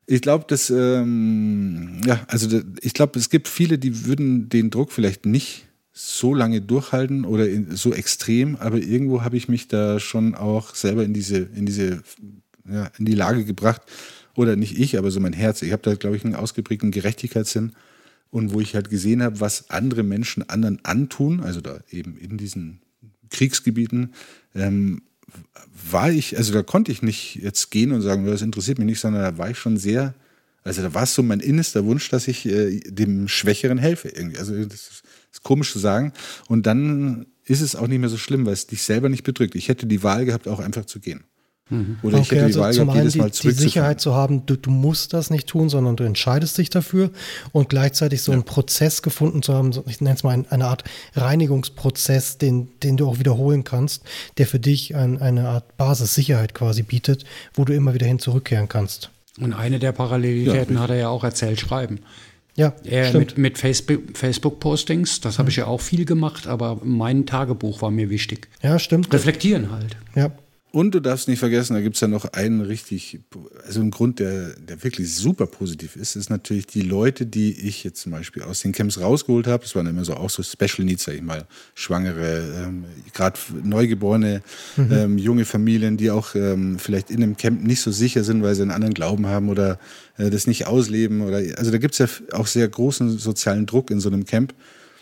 Ich glaube, dass, ähm, ja, also ich glaube, es gibt viele, die würden den Druck vielleicht nicht so lange durchhalten oder in, so extrem, aber irgendwo habe ich mich da schon auch selber in diese, in diese, ja, in die Lage gebracht, oder nicht ich, aber so mein Herz. Ich habe da, glaube ich, einen ausgeprägten Gerechtigkeitssinn und wo ich halt gesehen habe, was andere Menschen anderen antun, also da eben in diesen Kriegsgebieten, ähm, war ich, also da konnte ich nicht jetzt gehen und sagen, das interessiert mich nicht, sondern da war ich schon sehr, also da war es so mein innerster Wunsch, dass ich äh, dem Schwächeren helfe irgendwie. Also das ist, das ist komisch zu sagen. Und dann ist es auch nicht mehr so schlimm, weil es dich selber nicht bedrückt. Ich hätte die Wahl gehabt, auch einfach zu gehen. Mhm. Oder ich okay, hätte also die Wahl zum gehabt, jedes Mal die, die Sicherheit zu haben, du, du musst das nicht tun, sondern du entscheidest dich dafür und gleichzeitig so ja. einen Prozess gefunden zu haben, ich nenne es mal eine Art Reinigungsprozess, den, den du auch wiederholen kannst, der für dich ein, eine Art Basissicherheit quasi bietet, wo du immer wieder hin zurückkehren kannst. Und eine der Parallelitäten ja, hat er ja auch erzählt, Schreiben. Ja, er mit, mit Facebook, Facebook-Postings, das habe ich ja auch viel gemacht, aber mein Tagebuch war mir wichtig. Ja, stimmt. Reflektieren halt. Ja. Und du darfst nicht vergessen, da gibt es ja noch einen richtig, also einen Grund, der, der wirklich super positiv ist, ist natürlich die Leute, die ich jetzt zum Beispiel aus den Camps rausgeholt habe. Das waren immer so auch so Special Needs, sag ich mal, Schwangere, ähm, gerade Neugeborene, mhm. ähm, junge Familien, die auch ähm, vielleicht in einem Camp nicht so sicher sind, weil sie einen anderen Glauben haben oder äh, das nicht ausleben. Oder, also da gibt es ja auch sehr großen sozialen Druck in so einem Camp.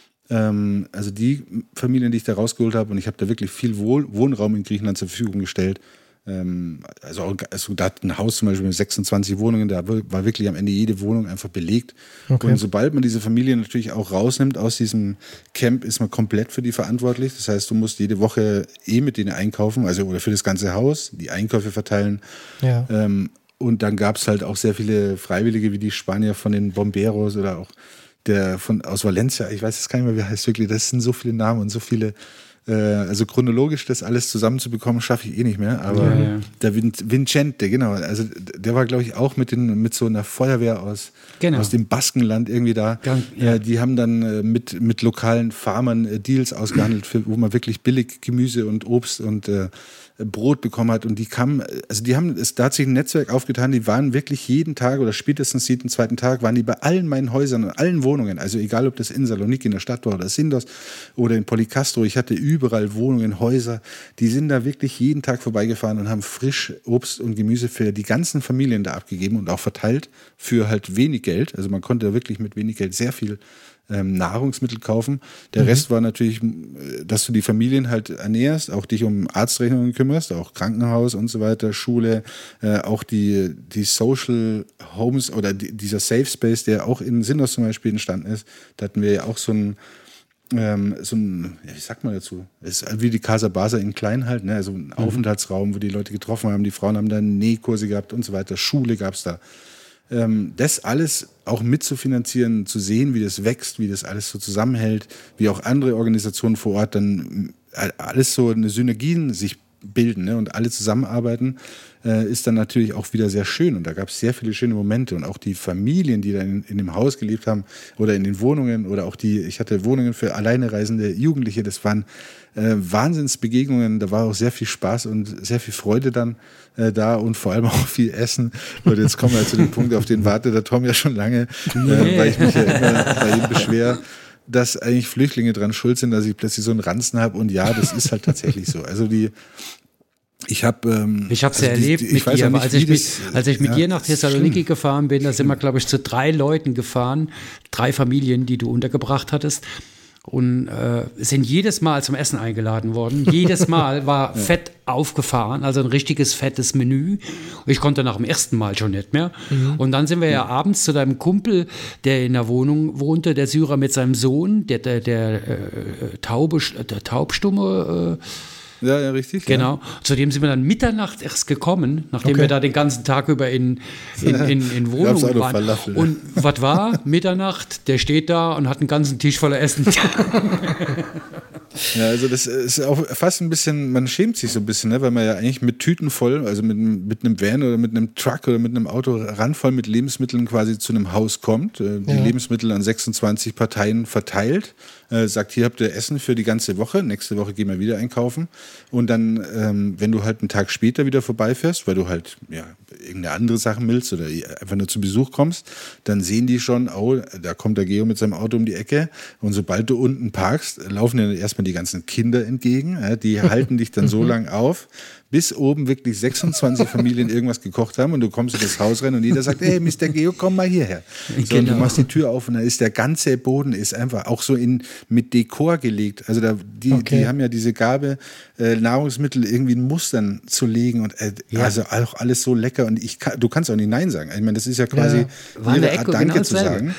Also die Familien, die ich da rausgeholt habe, und ich habe da wirklich viel Wohnraum in Griechenland zur Verfügung gestellt. Also, auch, also da hat ein Haus zum Beispiel mit sechsundzwanzig Wohnungen, da war wirklich am Ende jede Wohnung einfach belegt. Okay. Und sobald man diese Familien natürlich auch rausnimmt aus diesem Camp, ist man komplett für die verantwortlich. Das heißt, du musst jede Woche eh mit denen einkaufen, also oder für das ganze Haus, die Einkäufe verteilen. Ja. Und dann gab es halt auch sehr viele Freiwillige, wie die Spanier von den Bomberos oder auch der von aus Valencia, ich weiß jetzt gar nicht mehr, wie heißt wirklich, das sind so viele Namen und so viele, äh, also chronologisch das alles zusammenzubekommen, schaffe ich eh nicht mehr, aber ja, ja. der Vin- Vincente, genau, also der war, glaube ich, auch mit, den, mit so einer Feuerwehr aus, genau. aus dem Baskenland irgendwie da, Ganz, ja. äh, die haben dann äh, mit, mit lokalen Farmern äh, Deals ausgehandelt, für, wo man wirklich billig Gemüse und Obst und äh, Brot bekommen hat und die kamen, also die haben, es, da hat sich ein Netzwerk aufgetan, die waren wirklich jeden Tag oder spätestens jeden zweiten Tag, waren die bei allen meinen Häusern und allen Wohnungen, also egal ob das in Saloniki in der Stadt war oder Sindos oder in Polikastro, ich hatte überall Wohnungen, Häuser, die sind da wirklich jeden Tag vorbeigefahren und haben frisch Obst und Gemüse für die ganzen Familien da abgegeben und auch verteilt für halt wenig Geld, also man konnte da wirklich mit wenig Geld sehr viel Ähm, Nahrungsmittel kaufen. Der mhm. Rest war natürlich, dass du die Familien halt ernährst, auch dich um Arztrechnungen kümmerst, auch Krankenhaus und so weiter, Schule, äh, auch die, die Social Homes oder die, dieser Safe Space, der auch in Sindos zum Beispiel entstanden ist. Da hatten wir ja auch so ein, ähm, so ein, ja, wie sagt man dazu? Es ist wie die Casa Basa in klein halt, ne? Also ein mhm. Aufenthaltsraum, wo die Leute getroffen haben, die Frauen haben da Nähkurse gehabt und so weiter, Schule gab es da. Das alles auch mitzufinanzieren, zu sehen, wie das wächst, wie das alles so zusammenhält, wie auch andere Organisationen vor Ort dann alles so eine Synergien sich bilden, ne, und alle zusammenarbeiten, äh, ist dann natürlich auch wieder sehr schön. Und da gab es sehr viele schöne Momente. Und auch die Familien, die dann in, in dem Haus gelebt haben oder in den Wohnungen oder auch die, ich hatte Wohnungen für alleine reisende Jugendliche, das waren äh, Wahnsinnsbegegnungen. Da war auch sehr viel Spaß und sehr viel Freude dann äh, da und vor allem auch viel Essen. Und jetzt kommen wir zu dem Punkt, auf den wartet der Tom ja schon lange, äh, weil ich mich ja immer bei ihm beschwere, dass eigentlich Flüchtlinge dran schuld sind, dass ich plötzlich so einen Ranzen habe. Und ja, das ist halt tatsächlich so. Also die, ich habe, ähm, ich habe es also ja erlebt die, mit ich dir, nicht, als, ich mit, das, als ich mit ja, dir nach Thessaloniki gefahren bin, da sind wir, glaube ich, zu drei Leuten gefahren, drei Familien, die du untergebracht hattest. Und äh, sind jedes Mal zum Essen eingeladen worden. Jedes Mal war ja. Fett aufgefahren, also ein richtiges fettes Menü. Ich konnte nach dem ersten Mal schon nicht mehr. Mhm. Und dann sind wir ja abends zu deinem Kumpel, der in der Wohnung wohnte, der Syrer mit seinem Sohn, der, der, der, äh, Taube, der Taubstumme, äh, ja, ja, richtig. Genau. Ja. Zudem sind wir dann Mitternacht erst gekommen, nachdem okay. wir da den ganzen Tag über in, in, in, in Wohnungen waren. Falafel. Und was war? Mitternacht, der steht da und hat einen ganzen Tisch voller Essen. Ja, also das ist auch fast ein bisschen, man schämt sich so ein bisschen, ne, weil man ja eigentlich mit Tüten voll, also mit, mit einem Van oder mit einem Truck oder mit einem Auto randvoll mit Lebensmitteln quasi zu einem Haus kommt, äh, die ja. Lebensmittel an sechsundzwanzig Parteien verteilt, äh, sagt, hier habt ihr Essen für die ganze Woche, nächste Woche gehen wir wieder einkaufen und dann, ähm, wenn du halt einen Tag später wieder vorbeifährst, weil du halt ja irgendeine andere Sache willst oder einfach nur zu Besuch kommst, dann sehen die schon, oh, da kommt der Geo mit seinem Auto um die Ecke und sobald du unten parkst, laufen dir erstmal die ganzen Kinder entgegen, ja, die halten dich dann so lang auf, bis oben wirklich sechsundzwanzig Familien irgendwas gekocht haben und du kommst in das Haus rein und jeder sagt, hey, Mister Geo, komm mal hierher. So, genau. Und du machst die Tür auf und da ist der ganze Boden ist einfach auch so in, mit Dekor gelegt. Also da, die, okay. die haben ja diese Gabe, äh, Nahrungsmittel irgendwie in Mustern zu legen und äh, ja. also auch alles so lecker und ich kann, du kannst auch nicht Nein sagen. Ich meine, das ist ja quasi ja. jede Art Danke genau zu sagen.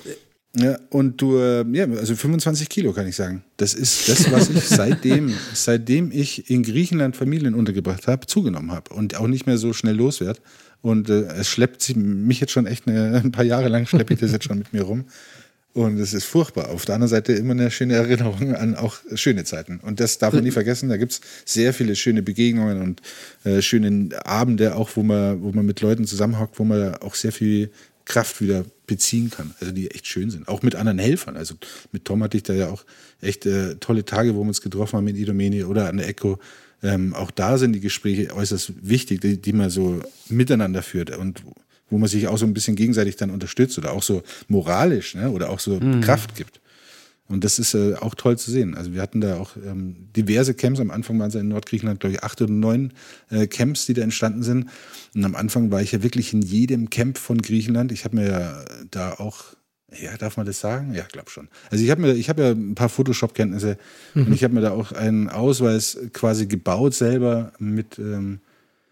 Ja, und du, ja, also fünfundzwanzig Kilo kann ich sagen. Das ist das, was ich seitdem, seitdem ich in Griechenland Familien untergebracht habe, zugenommen habe und auch nicht mehr so schnell loswerde. Und äh, es schleppt mich jetzt schon echt eine, ein paar Jahre lang, schleppe ich das jetzt schon mit mir rum. Und es ist furchtbar. Auf der anderen Seite immer eine schöne Erinnerung an auch schöne Zeiten. Und das darf man nie vergessen. Da gibt es sehr viele schöne Begegnungen und äh, schöne Abende, auch wo man, wo man mit Leuten zusammenhockt, wo man auch sehr viel Kraft wieder beziehen kann, also die echt schön sind. Auch mit anderen Helfern. Also mit Tom hatte ich da ja auch echt äh, tolle Tage, wo wir uns getroffen haben mit Idomeni oder an der Echo. Ähm, auch da sind die Gespräche äußerst wichtig, die, die man so miteinander führt und wo man sich auch so ein bisschen gegenseitig dann unterstützt oder auch so moralisch, ne, oder auch so mhm. Kraft gibt. Und das ist äh, auch toll zu sehen. Also wir hatten da auch ähm, diverse Camps. Am Anfang waren es in Nordgriechenland, glaube ich, acht oder neun äh, Camps, die da entstanden sind. Und am Anfang war ich ja wirklich in jedem Camp von Griechenland. Ich habe mir ja da auch, ja, darf man das sagen? Ja, glaube schon. Also ich habe mir, ich habe ja ein paar Photoshop-Kenntnisse mhm. und ich habe mir da auch einen Ausweis quasi gebaut selber mit ähm,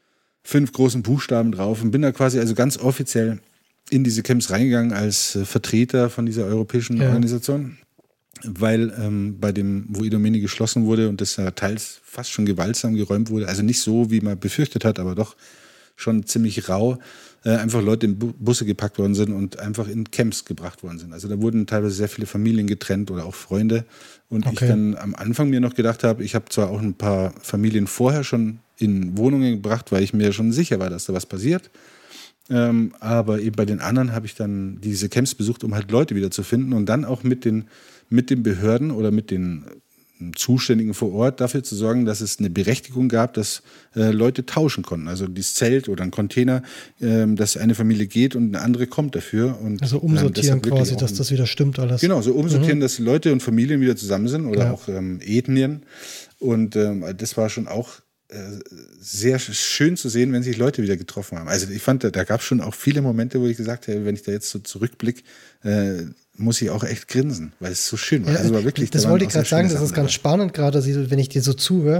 fünf großen Buchstaben drauf und bin da quasi also ganz offiziell in diese Camps reingegangen als äh, Vertreter von dieser europäischen ja. Organisation. Weil ähm, bei dem, wo Idomeni geschlossen wurde und das ja teils fast schon gewaltsam geräumt wurde, also nicht so, wie man befürchtet hat, aber doch schon ziemlich rau, äh, einfach Leute in Bu- Busse gepackt worden sind und einfach in Camps gebracht worden sind. Also da wurden teilweise sehr viele Familien getrennt oder auch Freunde. Und okay. ich dann am Anfang mir noch gedacht habe, ich habe zwar auch ein paar Familien vorher schon in Wohnungen gebracht, weil ich mir schon sicher war, dass da was passiert. Ähm, aber eben bei den anderen habe ich dann diese Camps besucht, um halt Leute wieder zu finden und dann auch mit den mit den Behörden oder mit den Zuständigen vor Ort dafür zu sorgen, dass es eine Berechtigung gab, dass äh, Leute tauschen konnten. Also dieses Zelt oder ein Container, ähm, dass eine Familie geht und eine andere kommt dafür. Und, also umsortieren ähm, quasi, dass das wieder stimmt alles. Genau, so umsortieren, mhm. dass Leute und Familien wieder zusammen sind oder ja. auch ähm, Ethnien. Und ähm, das war schon auch äh, sehr schön zu sehen, wenn sich Leute wieder getroffen haben. Also ich fand, da, da gab es schon auch viele Momente, wo ich gesagt habe, wenn ich da jetzt so zurückblicke, äh, muss ich auch echt grinsen, weil es so schön war. Ja, also war wirklich, das da wollte ich gerade sagen, das ist ganz spannend, gerade wenn ich dir so zuhöre.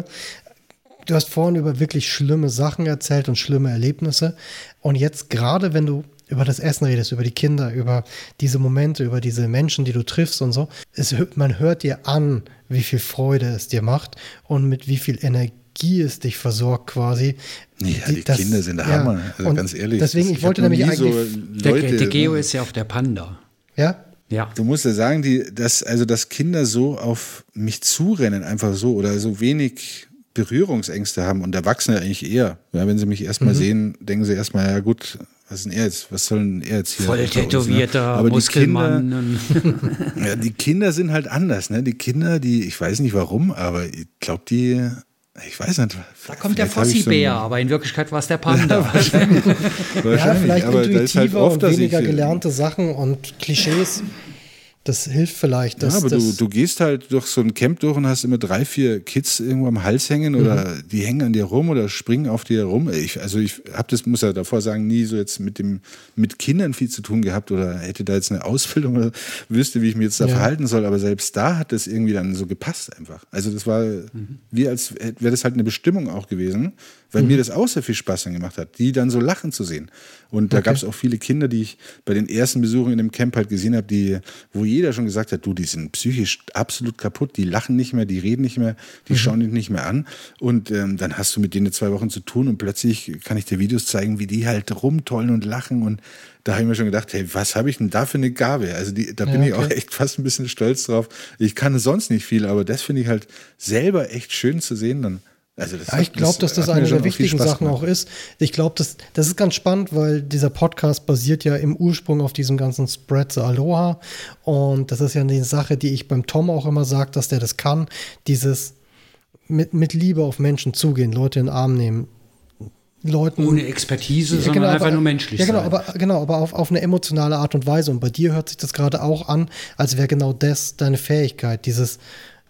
Du hast vorhin über wirklich schlimme Sachen erzählt und schlimme Erlebnisse. Und jetzt gerade, wenn du über das Essen redest, über die Kinder, über diese Momente, über diese Menschen, die du triffst und so, es, man hört dir an, wie viel Freude es dir macht und mit wie viel Energie es dich versorgt quasi. Ja, die, die das, Kinder sind der ja, Hammer, also ganz ehrlich. Deswegen, ich, ich wollte nämlich eigentlich... So Leute, der, der Geo ist ja auch der Panda. Ja? Ja. Du musst ja sagen, die, dass, also, dass Kinder so auf mich zurennen, einfach so, oder so wenig Berührungsängste haben und Erwachsene eigentlich eher. Ja, wenn sie mich erstmal mhm. sehen, denken sie erstmal, ja gut, was ist denn er jetzt? Was soll denn er jetzt hier? Voll tätowierter ne? Muskelmann. Die Kinder, ja, die Kinder sind halt anders, ne? Die Kinder, die, ich weiß nicht warum, aber ich glaube, die, ich weiß nicht. Da kommt der Fossi-Bär, so aber in Wirklichkeit war es der Panda. Ja, wahrscheinlich. wahrscheinlich. Ja, vielleicht aber intuitiver ist halt oft, und weniger ich, gelernte Sachen und Klischees. Das hilft vielleicht. Dass, ja, aber das du, du gehst halt durch so ein Camp durch und hast immer drei, vier Kids irgendwo am Hals hängen oder mhm. die hängen an dir rum oder springen auf dir rum. Ich, also ich habe das, muss ja davor sagen, nie so jetzt mit dem mit Kindern viel zu tun gehabt oder hätte da jetzt eine Ausbildung oder wüsste, wie ich mich jetzt da ja. verhalten soll. Aber selbst da hat das irgendwie dann so gepasst einfach. Also das war mhm. wie als wäre das halt eine Bestimmung auch gewesen, weil mhm. mir das auch sehr viel Spaß dann gemacht hat, die dann so lachen zu sehen. Und da okay. gab es auch viele Kinder, die ich bei den ersten Besuchen in dem Camp halt gesehen habe, die, wo jeder schon gesagt hat, du, die sind psychisch absolut kaputt, die lachen nicht mehr, die reden nicht mehr, die mhm. schauen dich nicht mehr an. Und ähm, dann hast du mit denen zwei Wochen zu tun und plötzlich kann ich dir Videos zeigen, wie die halt rumtollen und lachen. Und da habe ich mir schon gedacht, hey, was habe ich denn da für eine Gabe? Also die, da bin ja, okay. ich auch echt fast ein bisschen stolz drauf. Ich kann sonst nicht viel, aber das finde ich halt selber echt schön zu sehen dann. Also das ja, ich glaube, dass das eine der wichtigen Sachen auch ist. Ich glaube, das, das ist ganz spannend, weil dieser Podcast basiert ja im Ursprung auf diesem ganzen Spread the Aloha. Und das ist ja eine Sache, die ich beim Tom auch immer sage, dass der das kann. Dieses mit, mit Liebe auf Menschen zugehen, Leute in den Arm nehmen. Leuten. Ohne Expertise, Ja, sondern genau, einfach aber, nur menschlich ja, genau, sein. aber genau, aber auf, auf eine emotionale Art und Weise. Und bei dir hört sich das gerade auch an, als wäre genau das deine Fähigkeit, dieses,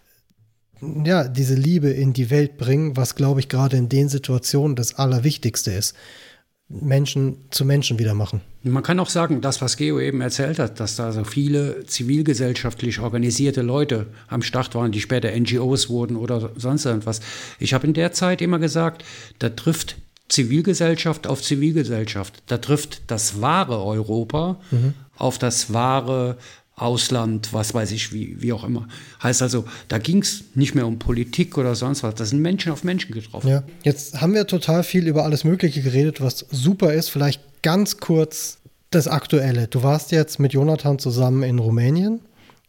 ja, diese Liebe in die Welt bringen, was, glaube ich, gerade in den Situationen das Allerwichtigste ist. Menschen zu Menschen wieder machen. Man kann auch sagen, das, was Geo eben erzählt hat, dass da so viele zivilgesellschaftlich organisierte Leute am Start waren, die später N G Os wurden oder sonst irgendwas. Ich habe in der Zeit immer gesagt, da trifft Zivilgesellschaft auf Zivilgesellschaft. Da trifft das wahre Europa mhm. auf das wahre Ausland, was weiß ich, wie, wie auch immer. Heißt also, da ging es nicht mehr um Politik oder sonst was. Da sind Menschen auf Menschen getroffen. Ja, jetzt haben wir total viel über alles Mögliche geredet, was super ist. Vielleicht ganz kurz das Aktuelle. Du warst jetzt mit Jonathan zusammen in Rumänien.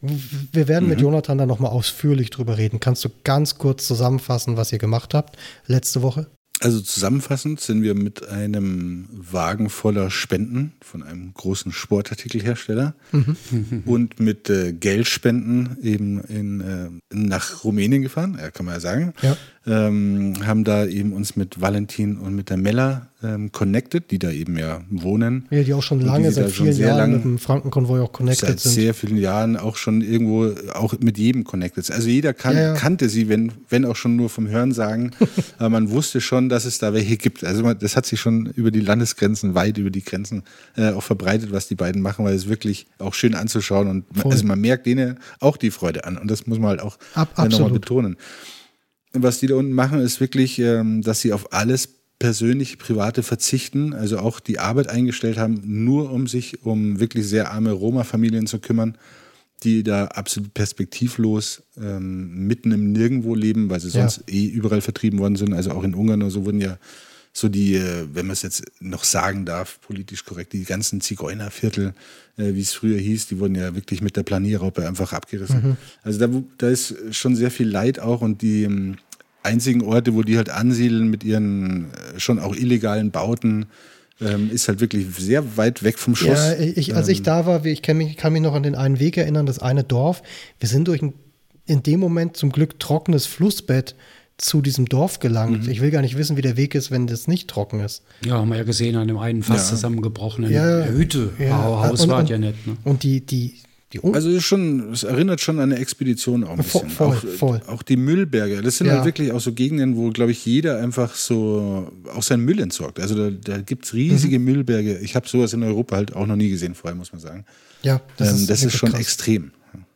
Wir werden mhm. mit Jonathan dann nochmal ausführlich drüber reden. Kannst du ganz kurz zusammenfassen, was ihr gemacht habt letzte Woche? Also zusammenfassend sind wir mit einem Wagen voller Spenden von einem großen Sportartikelhersteller mhm. und mit äh, Geldspenden eben in, äh, nach Rumänien gefahren, ja, kann man ja sagen. Ja. Ähm, haben da eben uns mit Valentin und mit der Mella ähm, connected, die da eben ja wohnen. Ja, die auch schon lange, seit vielen Jahren lang, mit dem Frankenkonvoi auch connected seit sind. Seit sehr vielen Jahren auch schon irgendwo, auch mit jedem connected. Also jeder kan- ja, ja. kannte sie, wenn, wenn auch schon nur vom Hörensagen. Aber man wusste schon, dass es da welche gibt. Also man, das hat sich schon über die Landesgrenzen, weit über die Grenzen äh, auch verbreitet, was die beiden machen, weil es wirklich auch schön anzuschauen und man, also man merkt denen auch die Freude an. Und das muss man halt auch Ab, äh, nochmal betonen. Was die da unten machen, ist wirklich, ähm, dass sie auf alles persönliche, private verzichten, also auch die Arbeit eingestellt haben, nur um sich um wirklich sehr arme Roma-Familien zu kümmern, die da absolut perspektivlos ähm, mitten im Nirgendwo leben, weil sie sonst ja. eh überall vertrieben worden sind. Also auch in Ungarn oder so wurden ja so die, äh, wenn man es jetzt noch sagen darf, politisch korrekt, die ganzen Zigeunerviertel, äh, wie es früher hieß, die wurden ja wirklich mit der Planierraupe einfach abgerissen. Mhm. Also da, da ist schon sehr viel Leid auch und die ähm, einzigen Orte, wo die halt ansiedeln mit ihren äh, schon auch illegalen Bauten, Ähm, ist halt wirklich sehr weit weg vom Schuss. Ja, ich, als ähm, ich da war, ich kann mich, kann mich noch an den einen Weg erinnern, das eine Dorf. Wir sind durch ein, in dem Moment zum Glück trockenes Flussbett zu diesem Dorf gelangt. Mhm. Ich will gar nicht wissen, wie der Weg ist, wenn das nicht trocken ist. Ja, haben wir ja gesehen an dem einen fast ja. zusammengebrochenen ja, Hütte. Ja. Haus und, war und, ja nicht. Ne? Und die, die Die also ist schon, es erinnert schon an eine Expedition auch ein bisschen. Voll, auch, voll. auch die Müllberge. Das sind ja. halt wirklich auch so Gegenden, wo, glaube ich, jeder einfach so auch seinen Müll entsorgt. Also da, da gibt es riesige mhm. Müllberge. Ich habe sowas in Europa halt auch noch nie gesehen vorher, muss man sagen. Ja, das ähm, ist, das ist schon krass. extrem.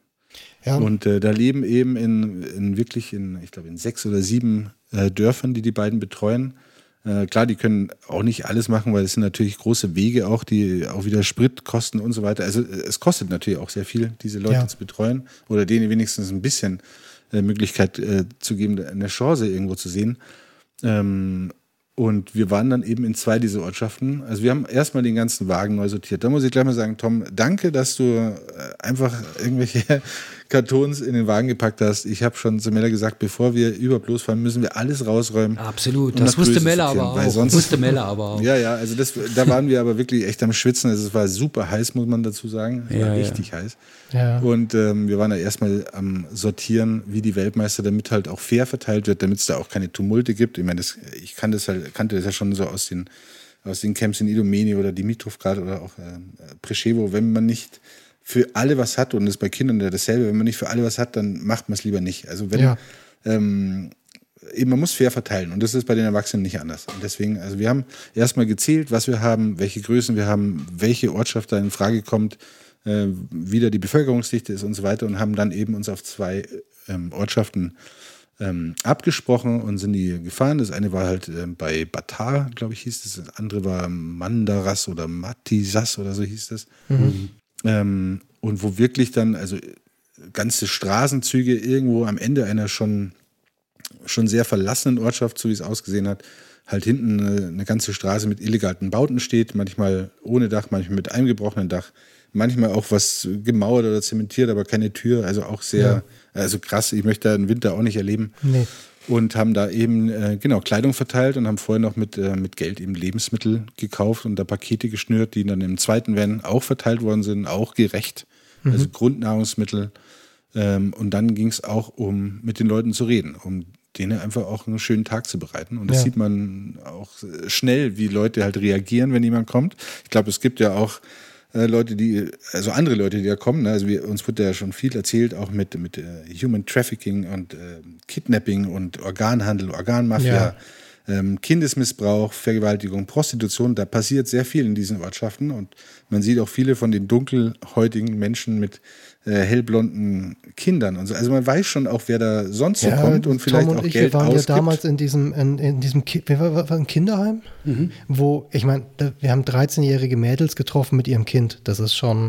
Ja. Und äh, da leben eben in, in wirklich in, ich glaube, in sechs oder sieben äh, Dörfern, die die beiden betreuen. Äh, klar, die können auch nicht alles machen, weil es sind natürlich große Wege auch, die auch wieder Sprit kosten und so weiter. Also es kostet natürlich auch sehr viel, diese Leute ja. zu betreuen oder denen wenigstens ein bisschen äh, Möglichkeit äh, zu geben, eine Chance irgendwo zu sehen. Ähm, und wir waren dann eben in zwei dieser Ortschaften. Also wir haben erstmal den ganzen Wagen neu sortiert. Da muss ich gleich mal sagen, Tom, danke, dass du äh, einfach irgendwelche Kartons in den Wagen gepackt hast. Ich habe schon zu Mella gesagt, bevor wir überhaupt losfahren, müssen wir alles rausräumen. Absolut, um das wusste Mella aber auch. Sonst, wusste Mella aber auch. Ja, ja, also das, da waren wir aber wirklich echt am Schwitzen. Also es war super heiß, muss man dazu sagen. Es ja, war ja. richtig heiß. Ja. Und ähm, wir waren da erstmal am Sortieren, wie die Weltmeister, damit halt auch fair verteilt wird, damit es da auch keine Tumulte gibt. Ich meine, das, ich kann das halt, kannte das ja schon so aus den, aus den Camps in Idomeni oder Dimitrovgrad oder auch äh, Preševo, wenn man nicht für alle was hat, und das ist bei Kindern ja dasselbe, wenn man nicht für alle was hat, dann macht man es lieber nicht. Also wenn, ja. ähm, eben, man muss fair verteilen und das ist bei den Erwachsenen nicht anders. Und deswegen, also wir haben erstmal gezählt, was wir haben, welche Größen wir haben, welche Ortschaft da in Frage kommt, äh, wie da die Bevölkerungsdichte ist und so weiter und haben dann eben uns auf zwei ähm, Ortschaften ähm, abgesprochen und sind die gefahren. Das eine war halt äh, bei Batar, glaube ich, hieß das. Das andere war Mandaras oder Matisas oder so hieß das. Mhm. Ähm, und wo wirklich dann, also ganze Straßenzüge irgendwo am Ende einer schon, schon sehr verlassenen Ortschaft, so wie es ausgesehen hat, halt hinten eine, eine ganze Straße mit illegalen Bauten steht, manchmal ohne Dach, manchmal mit einem gebrochenen Dach, manchmal auch was gemauert oder zementiert, aber keine Tür, also auch sehr, ja. also krass, ich möchte da den Winter auch nicht erleben. Nee. Und haben da eben, äh, genau, Kleidung verteilt und haben vorher noch mit, äh, mit Geld eben Lebensmittel gekauft und da Pakete geschnürt, die dann im zweiten Van auch verteilt worden sind, auch gerecht, mhm. also Grundnahrungsmittel. Ähm, und dann ging es auch um mit den Leuten zu reden, um denen einfach auch einen schönen Tag zu bereiten. Und das Ja. sieht man auch schnell, wie Leute halt reagieren, wenn jemand kommt. Ich glaube, es gibt ja auch äh, Leute, die, also andere Leute, die da kommen. Ne? Also wir, uns wird ja schon viel erzählt, auch mit, mit äh, Human Trafficking und äh, Kidnapping und Organhandel, Organmafia. Ja. Ähm, Kindesmissbrauch, Vergewaltigung, Prostitution, da passiert sehr viel in diesen Ortschaften und man sieht auch viele von den dunkelhäutigen Menschen mit äh, hellblonden Kindern und so. Also man weiß schon auch, wer da sonst so kommt und vielleicht Tom und auch ich, Geld wir waren ausgibt. ja damals in diesem, in, in diesem Ki wir war, war ein Kinderheim, Mhm. wo, ich meine, wir haben dreizehnjährige Mädels getroffen mit ihrem Kind. Das ist schon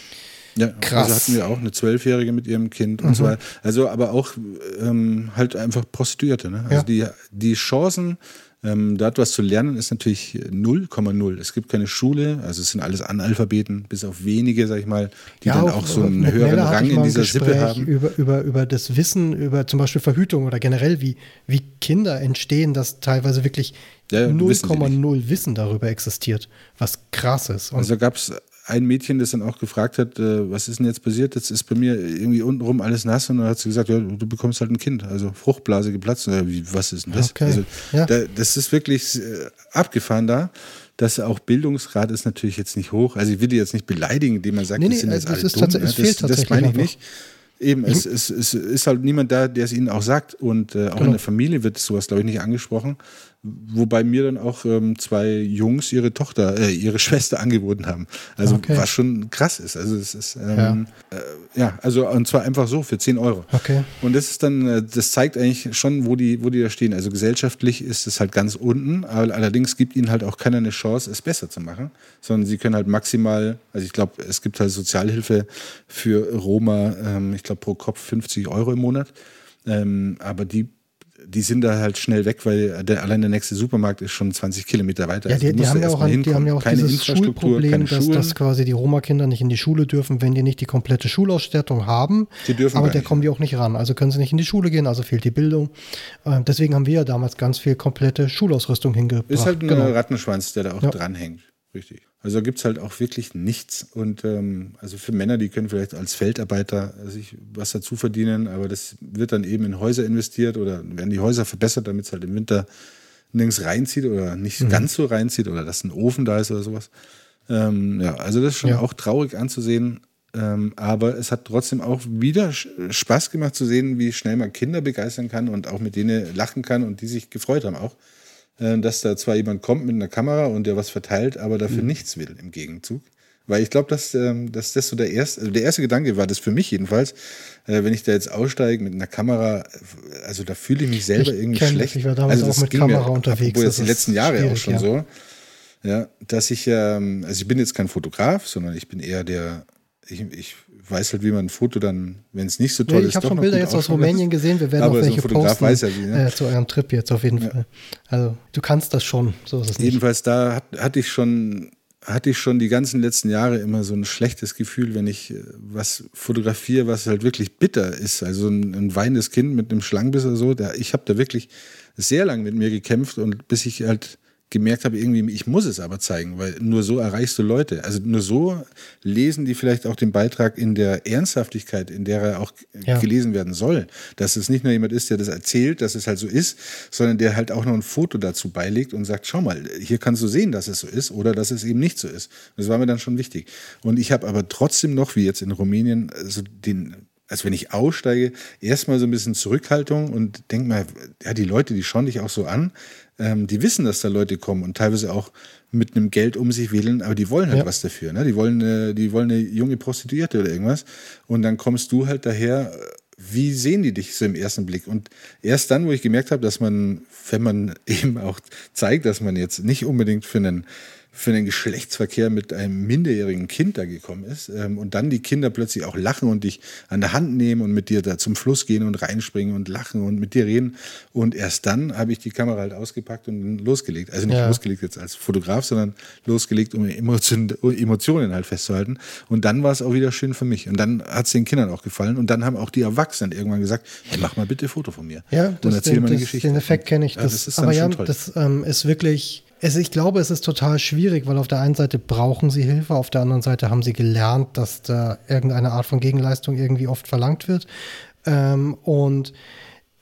Ja, krass. also hatten wir auch eine Zwölfjährige mit ihrem Kind und Mhm. so weiter. Also aber auch ähm, halt einfach Prostituierte. Ne? Also Ja. die, die Chancen, ähm, dort was zu lernen, ist natürlich null Komma null. Es gibt keine Schule, also es sind alles Analphabeten, bis auf wenige, sag ich mal, die dann auch so einen mit höheren Mella hatte Rang ich in mal ein dieser Sippe Gespräch haben. Über, über, über das Wissen, über zum Beispiel Verhütung oder generell, wie, wie Kinder entstehen, dass teilweise wirklich Ja, ja, null wissen sie Komma nicht. null Wissen darüber existiert, was krass ist. Und Also gab es ein Mädchen, das dann auch gefragt hat, äh, was ist denn jetzt passiert? Jetzt ist bei mir irgendwie untenrum alles nass und dann hat sie gesagt, ja, du bekommst halt ein Kind, also Fruchtblase geplatzt. Ja, wie, was ist denn das? Okay. Also Ja. da, das ist wirklich äh, abgefahren da. Das auch Bildungsgrad ist natürlich jetzt nicht hoch. Also ich will die jetzt nicht beleidigen, indem man sagt, Nee, die nee, sind jetzt das alle ist dumm. tats- es ne? fehlt das, das tatsächlich meine ich einfach. nicht. Eben, es, es, es ist halt niemand da, der es ihnen auch sagt. Und äh, auch Genau. in der Familie wird sowas, glaube ich, nicht angesprochen. Wobei mir dann auch ähm, zwei Jungs ihre Tochter, äh, ihre Schwester angeboten haben. Also Okay. was schon krass ist. Also es ist, ähm, ja. Äh, ja, also und zwar einfach so für zehn Euro. Okay. Und das ist dann, äh, das zeigt eigentlich schon, wo die, wo die da stehen. Also gesellschaftlich ist es halt ganz unten, aber allerdings gibt ihnen halt auch keiner eine Chance, es besser zu machen, sondern sie können halt maximal, also ich glaube, es gibt halt Sozialhilfe für Roma, ähm, ich glaube pro Kopf fünfzig Euro im Monat, ähm, aber die die sind da halt schnell weg, weil der, allein der nächste Supermarkt ist schon zwanzig Kilometer weiter. Ja, die, Also die, musst haben du ja erst auch mal ein, die hinkommen. haben ja auch Keine dieses Infrastruktur, Schulproblem, keine dass, Schulen. dass quasi die Roma-Kinder nicht in die Schule dürfen, wenn die nicht die komplette Schulausstattung haben. Die dürfen aber gar da nicht, kommen die auch nicht ran. Also können sie nicht in die Schule gehen, also fehlt die Bildung. Äh, deswegen haben wir ja damals ganz viel komplette Schulausrüstung hingebracht. Ist halt ein Genau. Rattenschwanz, der da auch Ja. dranhängt. Richtig. Also da gibt es halt auch wirklich nichts. Und ähm, also für Männer, die können vielleicht als Feldarbeiter sich was dazu verdienen, aber das wird dann eben in Häuser investiert oder werden die Häuser verbessert, damit es halt im Winter nirgends reinzieht oder nicht Mhm. ganz so reinzieht oder dass ein Ofen da ist oder sowas. Ähm, ja, also das ist schon Ja. auch traurig anzusehen. Ähm, aber es hat trotzdem auch wieder Sch- Spaß gemacht zu sehen, wie schnell man Kinder begeistern kann und auch mit denen lachen kann und die sich gefreut haben auch. Äh, dass da zwar jemand kommt mit einer Kamera und der was verteilt, aber dafür Mhm. nichts will im Gegenzug. Weil ich glaube, dass, ähm, dass das so der erste, also der erste Gedanke war, das für mich jedenfalls, äh, wenn ich da jetzt aussteige mit einer Kamera, äh, also da fühle ich mich selber Ich irgendwie kenn das. schlecht. Ich war damals also das auch mit ging Kamera mir, unterwegs. Obwohl Das jetzt die ist letzten Jahre auch schwierig, schon ja. so, ja, dass ich, ähm, also ich bin jetzt kein Fotograf, sondern ich bin eher der, ich, ich weiß halt, wie man ein Foto dann, wenn es nicht so toll Nee, ist, ich habe doch schon noch Bilder gut jetzt aus ausschauen Rumänien lässt. gesehen. Wir werden Aber auch so ein welche Fotograf posten weiß ja, wie, ne? äh, zu eurem Trip jetzt auf jeden Fall. Also du kannst das schon. So ist es nicht. Jedenfalls da hat, hatte ich schon hatte ich schon die ganzen letzten Jahre immer so ein schlechtes Gefühl, wenn ich äh, was fotografiere, was halt wirklich bitter ist. Also ein, ein weinendes Kind mit einem Schlangenbiss oder so. Da, ich habe da wirklich sehr lange mit mir gekämpft und bis ich halt gemerkt habe, irgendwie, ich muss es aber zeigen, weil nur so erreichst du Leute. Also nur so lesen die vielleicht auch den Beitrag in der Ernsthaftigkeit, in der er auch Ja. gelesen werden soll. Dass es nicht nur jemand ist, der das erzählt, dass es halt so ist, sondern der halt auch noch ein Foto dazu beilegt und sagt, schau mal, hier kannst du sehen, dass es so ist oder dass es eben nicht so ist. Das war mir dann schon wichtig. Und ich habe aber trotzdem noch, wie jetzt in Rumänien, so den, also wenn ich aussteige, erstmal so ein bisschen Zurückhaltung und denke mal, ja, die Leute, die schauen dich auch so an, ähm, die wissen, dass da Leute kommen und teilweise auch mit einem Geld um sich wedeln, aber die wollen halt Ja. was dafür. Ne? Die wollen, äh, die wollen eine junge Prostituierte oder irgendwas. Und dann kommst du halt daher, äh, wie sehen die dich so im ersten Blick? Und erst dann, wo ich gemerkt habe, dass man, wenn man eben auch zeigt, dass man jetzt nicht unbedingt für einen für einen Geschlechtsverkehr mit einem minderjährigen Kind da gekommen ist ähm, und dann die Kinder plötzlich auch lachen und dich an der Hand nehmen und mit dir da zum Fluss gehen und reinspringen und lachen und mit dir reden. Und erst dann habe ich die Kamera halt ausgepackt und losgelegt. Also nicht Ja. losgelegt jetzt als Fotograf, sondern losgelegt, um Emotionen, Emotionen halt festzuhalten. Und dann war es auch wieder schön für mich. Und dann hat es den Kindern auch gefallen. Und dann haben auch die Erwachsenen irgendwann gesagt, hey, mach mal bitte ein Foto von mir. Ja, und das, erzähl den, mal eine das, Geschichte. den Effekt kenne ich. Ja, Das, das ist dann aber schon ja, toll. das ähm, ist wirklich, also ich glaube, es ist total schwierig, weil auf der einen Seite brauchen sie Hilfe, auf der anderen Seite haben sie gelernt, dass da irgendeine Art von Gegenleistung irgendwie oft verlangt wird. Ähm, und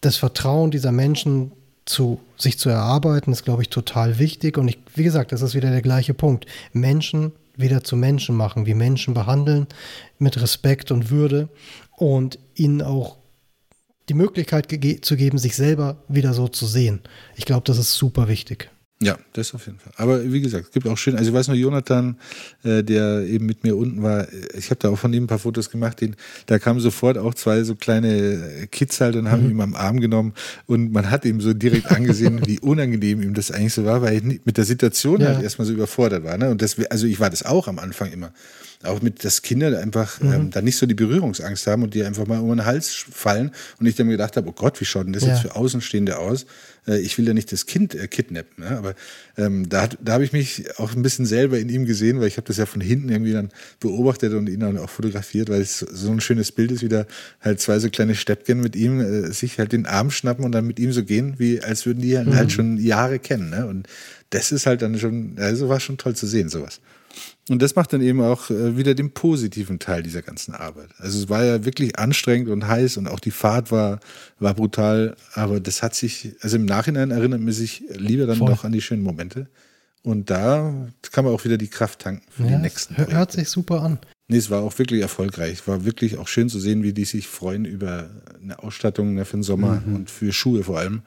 das Vertrauen dieser Menschen zu sich zu erarbeiten, ist, glaube ich, total wichtig. Und ich, wie gesagt, das ist wieder der gleiche Punkt. Menschen wieder zu Menschen machen, wie Menschen behandeln, mit Respekt und Würde und ihnen auch die Möglichkeit ge- zu geben, sich selber wieder so zu sehen. Ich glaube, das ist super wichtig. Ja, das auf jeden Fall. Aber wie gesagt, es gibt auch schön, also ich weiß noch, Jonathan, äh, der eben mit mir unten war, ich habe da auch von ihm ein paar Fotos gemacht, den, da kamen sofort auch zwei so kleine Kids halt und haben mhm. ihn am Arm genommen und man hat ihm so direkt angesehen, wie unangenehm ihm das eigentlich so war, weil ich mit der Situation ja. halt erstmal so überfordert war. Ne? Und das, also ich war das auch am Anfang immer. Auch mit, dass Kinder einfach mhm. ähm, da nicht so die Berührungsangst haben und die einfach mal um den Hals fallen. Und ich dann mir gedacht habe, oh Gott, wie schaut denn das ja. jetzt für Außenstehende aus? Äh, ich will ja nicht das Kind äh, kidnappen. Ne? Aber ähm, da, da habe ich mich auch ein bisschen selber in ihm gesehen, weil ich habe das ja von hinten irgendwie dann beobachtet und ihn dann auch fotografiert, weil es so ein schönes Bild ist, wie da halt zwei so kleine Steppken mit ihm äh, sich halt den Arm schnappen und dann mit ihm so gehen, wie als würden die mhm. halt schon Jahre kennen. Ne? Und das ist halt dann schon, also war schon toll zu sehen, sowas. Und das macht dann eben auch äh, wieder den positiven Teil dieser ganzen Arbeit. Also es war ja wirklich anstrengend und heiß und auch die Fahrt war, war brutal, aber das hat sich, also im Nachhinein erinnert man sich lieber dann Voll. Doch an die schönen Momente. Und da kann man auch wieder die Kraft tanken für ja, die nächsten Projekte. Hört sich super an. Nee, es war auch wirklich erfolgreich. Es war wirklich auch schön zu sehen, wie die sich freuen über eine Ausstattung ne, für den Sommer mhm. und für Schuhe vor allem.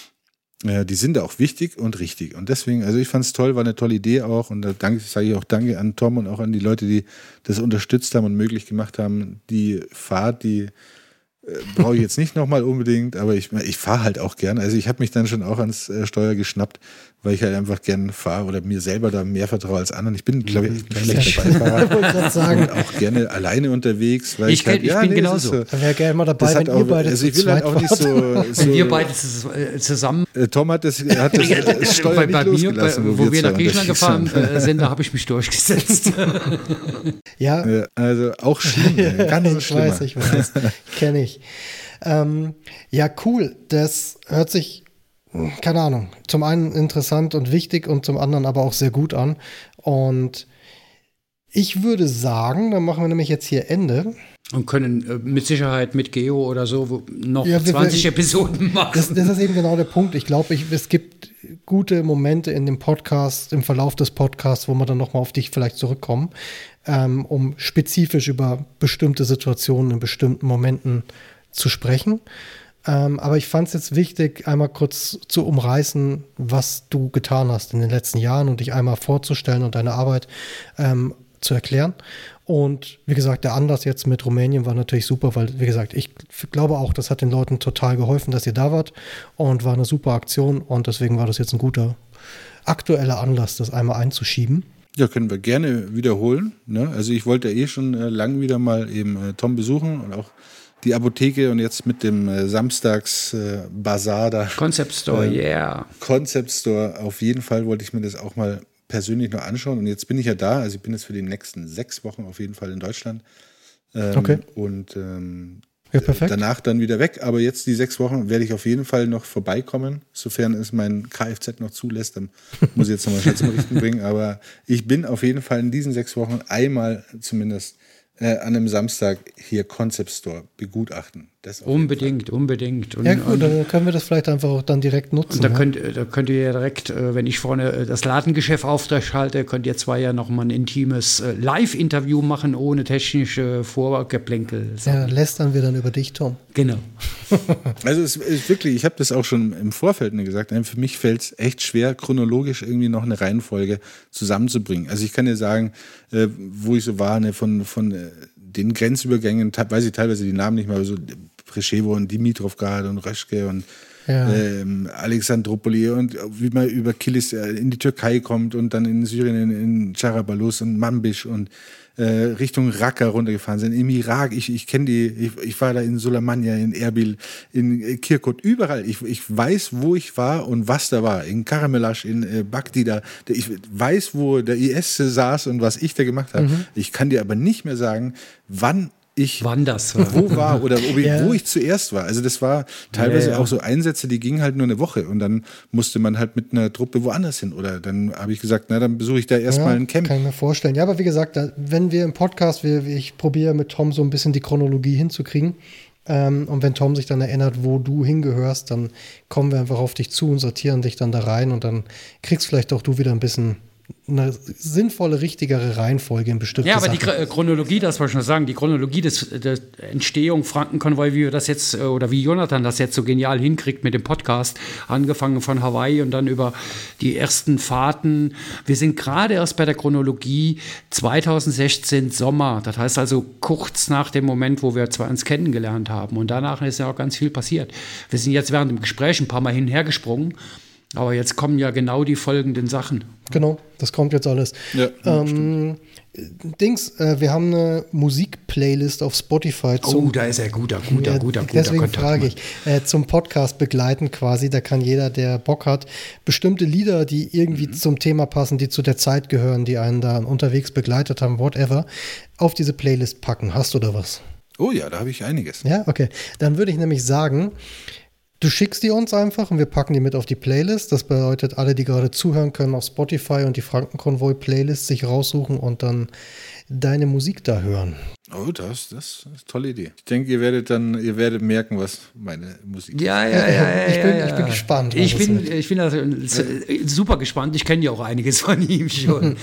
Die sind auch wichtig und richtig. Und deswegen, also ich fand es toll, war eine tolle Idee auch. Und da danke, sage ich auch Danke an Tom und auch an die Leute, die das unterstützt haben und möglich gemacht haben. Die Fahrt, die äh, brauche ich jetzt nicht nochmal unbedingt, aber ich, ich fahre halt auch gern. Also ich habe mich dann schon auch ans äh, Steuer geschnappt, weil ich halt einfach gern fahre oder mir selber da mehr vertraue als anderen. Ich bin, glaube ich, ein schlechter Beifahrer und auch gerne alleine unterwegs. Weil ich ich, halt, ich ja, bin nee, genauso. So, da wäre gerne mal dabei, wenn auch, ihr beide also ich will halt auch nicht so, so wenn wir beide zusammen. Äh, Tom hat das, hat das äh, Steuer bei, nicht bei mir, bei, wo, wo wir nach Griechenland gefahren äh, sind, da habe ich mich durchgesetzt. ja. ja. Also auch schlimm, ganz ich schlimmer. weiß, ich weiß, kenne ich. Ähm, ja, cool. Das hört sich, keine Ahnung, zum einen interessant und wichtig und zum anderen aber auch sehr gut an. Und ich würde sagen, dann machen wir nämlich jetzt hier Ende. Und können äh, mit Sicherheit mit Geo oder so noch ja, wir, zwanzig wir, Episoden machen. Das, das ist eben genau der Punkt. Ich glaube, ich, es gibt gute Momente in dem Podcast, im Verlauf des Podcasts, wo wir dann nochmal auf dich vielleicht zurückkommen, ähm, um spezifisch über bestimmte Situationen in bestimmten Momenten zu sprechen. Ähm, aber ich fand es jetzt wichtig, einmal kurz zu umreißen, was du getan hast in den letzten Jahren und dich einmal vorzustellen und deine Arbeit ähm, zu erklären. Und wie gesagt, der Anlass jetzt mit Rumänien war natürlich super, weil, wie gesagt, ich glaube auch, das hat den Leuten total geholfen, dass ihr da wart und war eine super Aktion und deswegen war das jetzt ein guter aktueller Anlass, das einmal einzuschieben. Ja, können wir gerne wiederholen. Ne? Also ich wollte ja eh schon äh, lang wieder mal eben äh, Tom besuchen und auch die Apotheke und jetzt mit dem äh, Samstags-Bazar äh, da. Concept Store, äh, yeah. Concept Store, auf jeden Fall wollte ich mir das auch mal persönlich noch anschauen. Und jetzt bin ich ja da, also ich bin jetzt für die nächsten sechs Wochen auf jeden Fall in Deutschland. Ähm, okay. Und ähm, ja, perfekt. danach dann wieder weg. Aber jetzt die sechs Wochen werde ich auf jeden Fall noch vorbeikommen, sofern es mein Kfz noch zulässt. Dann muss ich jetzt nochmal schnell zum Richten bringen. Aber ich bin auf jeden Fall in diesen sechs Wochen einmal zumindest Äh, an einem Samstag hier Concept Store begutachten. Das unbedingt, unbedingt. Und, ja gut, dann können wir das vielleicht einfach auch dann direkt nutzen. Und da, ja? könnt, da könnt ihr ja direkt, wenn ich vorne das Ladengeschäft aufschalte, könnt ihr zwei ja nochmal ein intimes Live-Interview machen, ohne technische Vorgeplänkel. Ja, lästern wir dann über dich, Tom. Genau. Also es ist wirklich, ich habe das auch schon im Vorfeld gesagt, für mich fällt es echt schwer, chronologisch irgendwie noch eine Reihenfolge zusammenzubringen. Also ich kann dir sagen, äh, wo ich so war, ne, von, von äh, den Grenzübergängen, weiß ich teilweise die Namen nicht mehr, aber so Preševo und Dimitrovgrad und Röschke und ja. ähm, Alexandropoli und wie man über Kilis in die Türkei kommt und dann in Syrien in, in Charabalus und Manbij und äh, Richtung Raqqa runtergefahren sind, im Irak, ich, ich kenne die, ich, ich war da in Sulaymaniyah, in Erbil, in Kirkuk, überall, ich, ich weiß, wo ich war und was da war, in Karamelash, in äh, Bagdida, ich weiß, wo der I S saß und was ich da gemacht habe, mhm. Ich kann dir aber nicht mehr sagen, wann ich Wann das war. wo war oder ob ich, ja. wo ich zuerst war. Also das war teilweise ja, ja. auch so Einsätze, die gingen halt nur eine Woche und dann musste man halt mit einer Truppe woanders hin. Oder dann habe ich gesagt, na dann besuche ich da erstmal ja, ein Camp. Kann ich mir vorstellen. Ja, aber wie gesagt, wenn wir im Podcast, wir, ich probiere mit Tom so ein bisschen die Chronologie hinzukriegen. Ähm, und wenn Tom sich dann erinnert, wo du hingehörst, dann kommen wir einfach auf dich zu und sortieren dich dann da rein und dann kriegst vielleicht auch du wieder ein bisschen eine sinnvolle, richtigere Reihenfolge in bestimmten Ja, aber Sachen. die Chro- Chronologie, das wollte ich schon sagen, die Chronologie des, der Entstehung Frankenkonvoi, wie wir das jetzt, oder wie Jonathan das jetzt so genial hinkriegt mit dem Podcast, angefangen von Hawaii und dann über die ersten Fahrten. Wir sind gerade erst bei der Chronologie zweitausendsechzehn Sommer, das heißt also kurz nach dem Moment, wo wir zwei uns kennengelernt haben und danach ist ja auch ganz viel passiert. Wir sind jetzt während dem Gespräch ein paar Mal hin und her gesprungen, aber jetzt kommen ja genau die folgenden Sachen. Genau, das kommt jetzt alles. Ja, ähm, Dings, äh, wir haben eine Musik-Playlist auf Spotify. Zum, Oh, da ist er guter, guter, ja, guter, guter deswegen Kontakt. frage ich, äh, zum Podcast begleiten quasi, da kann jeder, der Bock hat, bestimmte Lieder, die irgendwie mhm. zum Thema passen, die zu der Zeit gehören, die einen da unterwegs begleitet haben, whatever, auf diese Playlist packen. Hast du da was? Oh ja, da habe ich einiges. Ja, okay. Dann würde ich nämlich sagen, du schickst die uns einfach und wir packen die mit auf die Playlist. Das bedeutet, alle, die gerade zuhören, können auf Spotify und die Frankenkonvoi-Playlist sich raussuchen und dann deine Musik da hören. Oh, das, das ist eine tolle Idee. Ich denke, ihr werdet dann, ihr werdet merken, was meine Musik Ja, ja, ja, ja, ich, bin, ja, ja. ich bin gespannt. was Ich es bin, wird. ich bin also super gespannt. Ich kenne ja auch einiges von ihm schon.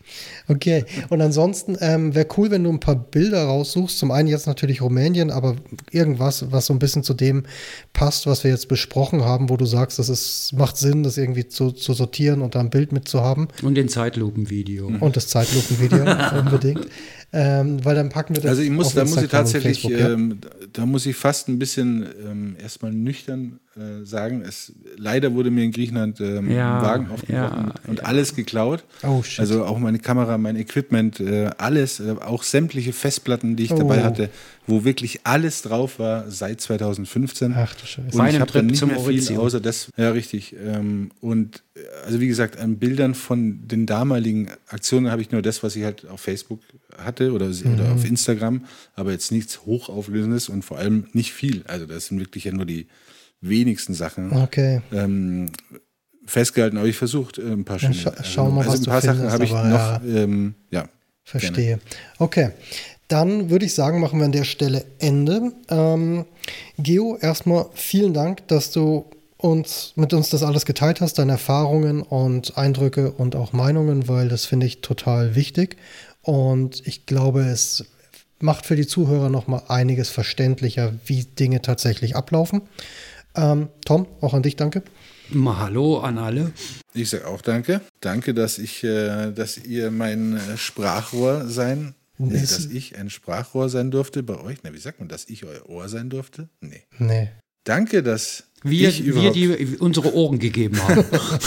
Okay, und ansonsten ähm, wäre cool, wenn du ein paar Bilder raussuchst. Zum einen jetzt natürlich Rumänien, aber irgendwas, was so ein bisschen zu dem passt, was wir jetzt besprochen haben, wo du sagst, das ist, macht Sinn, das irgendwie zu, zu sortieren und da ein Bild mitzuhaben. Und den Zeitlupenvideo. Und das Zeitlupenvideo unbedingt. Ähm, weil dann packen wir das Also ich muss, auf da muss ich Instagram und tatsächlich, Facebook, ja? ähm, da muss ich fast ein bisschen ähm, erstmal nüchtern äh, sagen. Es, leider wurde mir in Griechenland ähm, Ja, ein Wagen aufgebrochen ja, und ja. alles geklaut. Oh, shit. Also auch meine Kamera, mein Equipment, äh, alles, äh, auch sämtliche Festplatten, die ich Oh. dabei hatte, wo wirklich alles drauf war seit zweitausendfünfzehn. Ach du Scheiße. Und Bei ich einem habe dann Trip nicht zum mehr viel Mauritius. außer das. Ja, richtig. Ähm, und äh, also wie gesagt, an Bildern von den damaligen Aktionen habe ich nur das, was ich halt auf Facebook hatte oder, Mhm. oder auf Instagram, aber jetzt nichts Hochauflösendes und vor allem nicht viel. Also das sind wirklich ja nur die wenigsten Sachen Okay. ähm, festgehalten. Aber ich versucht äh, ein paar Ja, schöne. scha- schau mal, also was ein du paar Sachen findest, habe ich aber noch. ja. Ähm, ja. Verstehe. Okay, dann würde ich sagen, machen wir an der Stelle Ende. Ähm, Geo, erstmal vielen Dank, dass du uns mit uns das alles geteilt hast, deine Erfahrungen und Eindrücke und auch Meinungen, weil das finde ich total wichtig. Und ich glaube, es macht für die Zuhörer nochmal einiges verständlicher, wie Dinge tatsächlich ablaufen. Ähm, Tom, auch an dich danke. Mal Hallo an alle. Ich sage auch danke. Danke, dass ich, äh, dass ihr mein äh, Sprachrohr sein, nee, Es- dass ich ein Sprachrohr sein durfte bei euch. Na, wie sagt man, dass ich euer Ohr sein durfte? Nee. Nee. Danke, dass Wir, ich wir überhaupt, die unsere Ohren gegeben haben.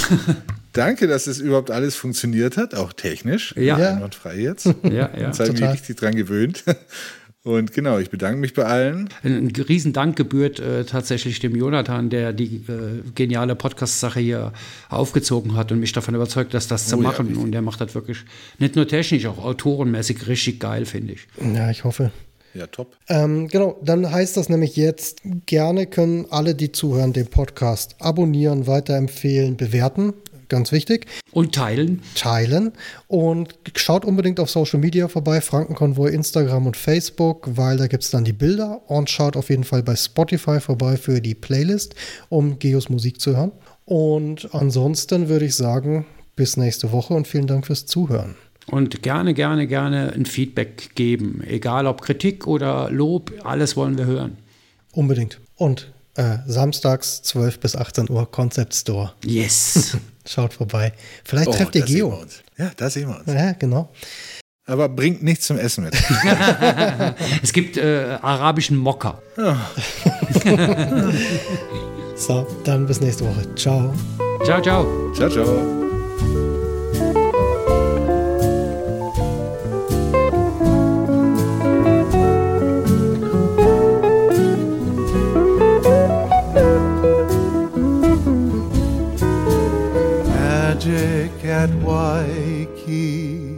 danke, dass es überhaupt alles funktioniert hat, auch technisch. Ja. Ja. Einwandfrei jetzt. ja, ja. Jetzt habe ich mich total. richtig dran gewöhnt. Und genau, ich bedanke mich bei allen. Ein Riesendank gebührt äh, tatsächlich dem Jonathan, der die äh, geniale Podcast-Sache hier aufgezogen hat und mich davon überzeugt, dass das zu Oh ja, machen. richtig. Und der macht das wirklich nicht nur technisch, auch autorenmäßig richtig geil, finde ich. Ja, ich hoffe. Ja, top. Ähm, genau, dann heißt das nämlich jetzt, gerne können alle, die zuhören, den Podcast abonnieren, weiterempfehlen, bewerten. Ganz wichtig. Und teilen. Teilen und schaut unbedingt auf Social Media vorbei, Frankenkonvoi, Instagram und Facebook, weil da gibt es dann die Bilder und schaut auf jeden Fall bei Spotify vorbei für die Playlist, um Geos Musik zu hören. Und ansonsten würde ich sagen, bis nächste Woche und vielen Dank fürs Zuhören. Und gerne, gerne, gerne ein Feedback geben. Egal ob Kritik oder Lob, alles wollen wir hören. Unbedingt. Und äh, samstags zwölf bis achtzehn Uhr Concept Store. Yes. Schaut vorbei. Vielleicht trefft ihr da sehen wir Geo. uns. Ja, da sehen wir uns. Ja, genau. Aber bringt nichts zum Essen mit. Es gibt äh, arabischen Mokka. So, dann bis nächste Woche. Ciao. Ciao, ciao. Ciao, ciao. Magic at Waikiki.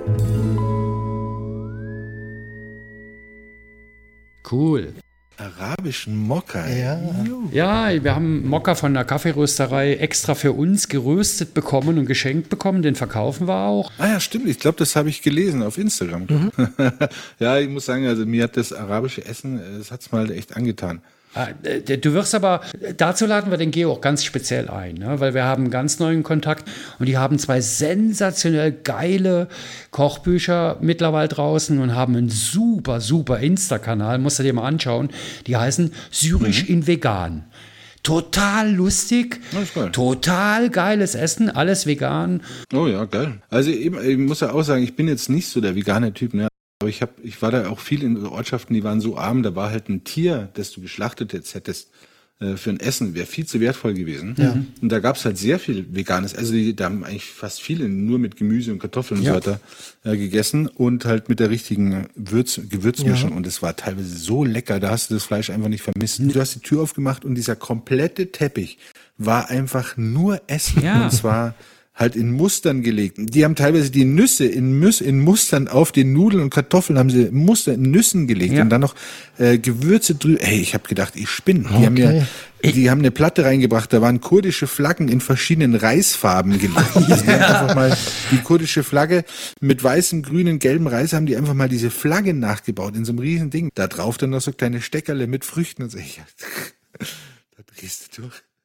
Cool. Arabisch. arabischen Mokka. Ja. Ja, wir haben Mokka von der Kaffeerösterei extra für uns geröstet bekommen und geschenkt bekommen. Den verkaufen wir auch. Ah ja, stimmt. Ich glaube, das habe ich gelesen auf Instagram. Mhm. Ja, ich muss sagen, also mir hat das arabische Essen, das hat es mal echt angetan. Du wirst aber, dazu laden wir den Geo auch ganz speziell ein, ne? Weil wir haben einen ganz neuen Kontakt und die haben zwei sensationell geile Kochbücher mittlerweile draußen und haben einen super, super Insta-Kanal, musst du dir mal anschauen, die heißen Syrisch mhm. in Vegan. Total lustig, geil. Total geiles Essen, alles vegan. Oh ja, geil. Also eben, ich muss ja auch sagen, ich bin jetzt nicht so der vegane Typ, ne? Aber ich, hab, ich war da auch viel in Ortschaften, die waren so arm, da war halt ein Tier, das du geschlachtet jetzt hättest äh, für ein Essen, wäre viel zu wertvoll gewesen. Ja. Und da gab es halt sehr viel Veganes. Also die, da haben eigentlich fast viele nur mit Gemüse und Kartoffeln ja. und so weiter äh, gegessen und halt mit der richtigen Würz, Gewürzmischung. Ja. Und es war teilweise so lecker, da hast du das Fleisch einfach nicht vermisst. Du hast die Tür aufgemacht und dieser komplette Teppich war einfach nur Essen. Ja. Und zwar halt in Mustern gelegt. Die haben teilweise die Nüsse in, Müs- in Mustern auf den Nudeln und Kartoffeln haben sie Muster in Nüssen gelegt ja. und dann noch äh, Gewürze drüber. Hey, ich habe gedacht, ich spinne. Die okay. haben mir, die haben eine Platte reingebracht, da waren kurdische Flaggen in verschiedenen Reisfarben gelegt. ja. Die haben einfach mal die kurdische Flagge mit weißem, grünen, gelbem Reis haben die einfach mal diese Flagge nachgebaut in so einem riesen Ding. Da drauf dann noch so kleine Steckerle mit Früchten und so. Ja, da drehst du durch.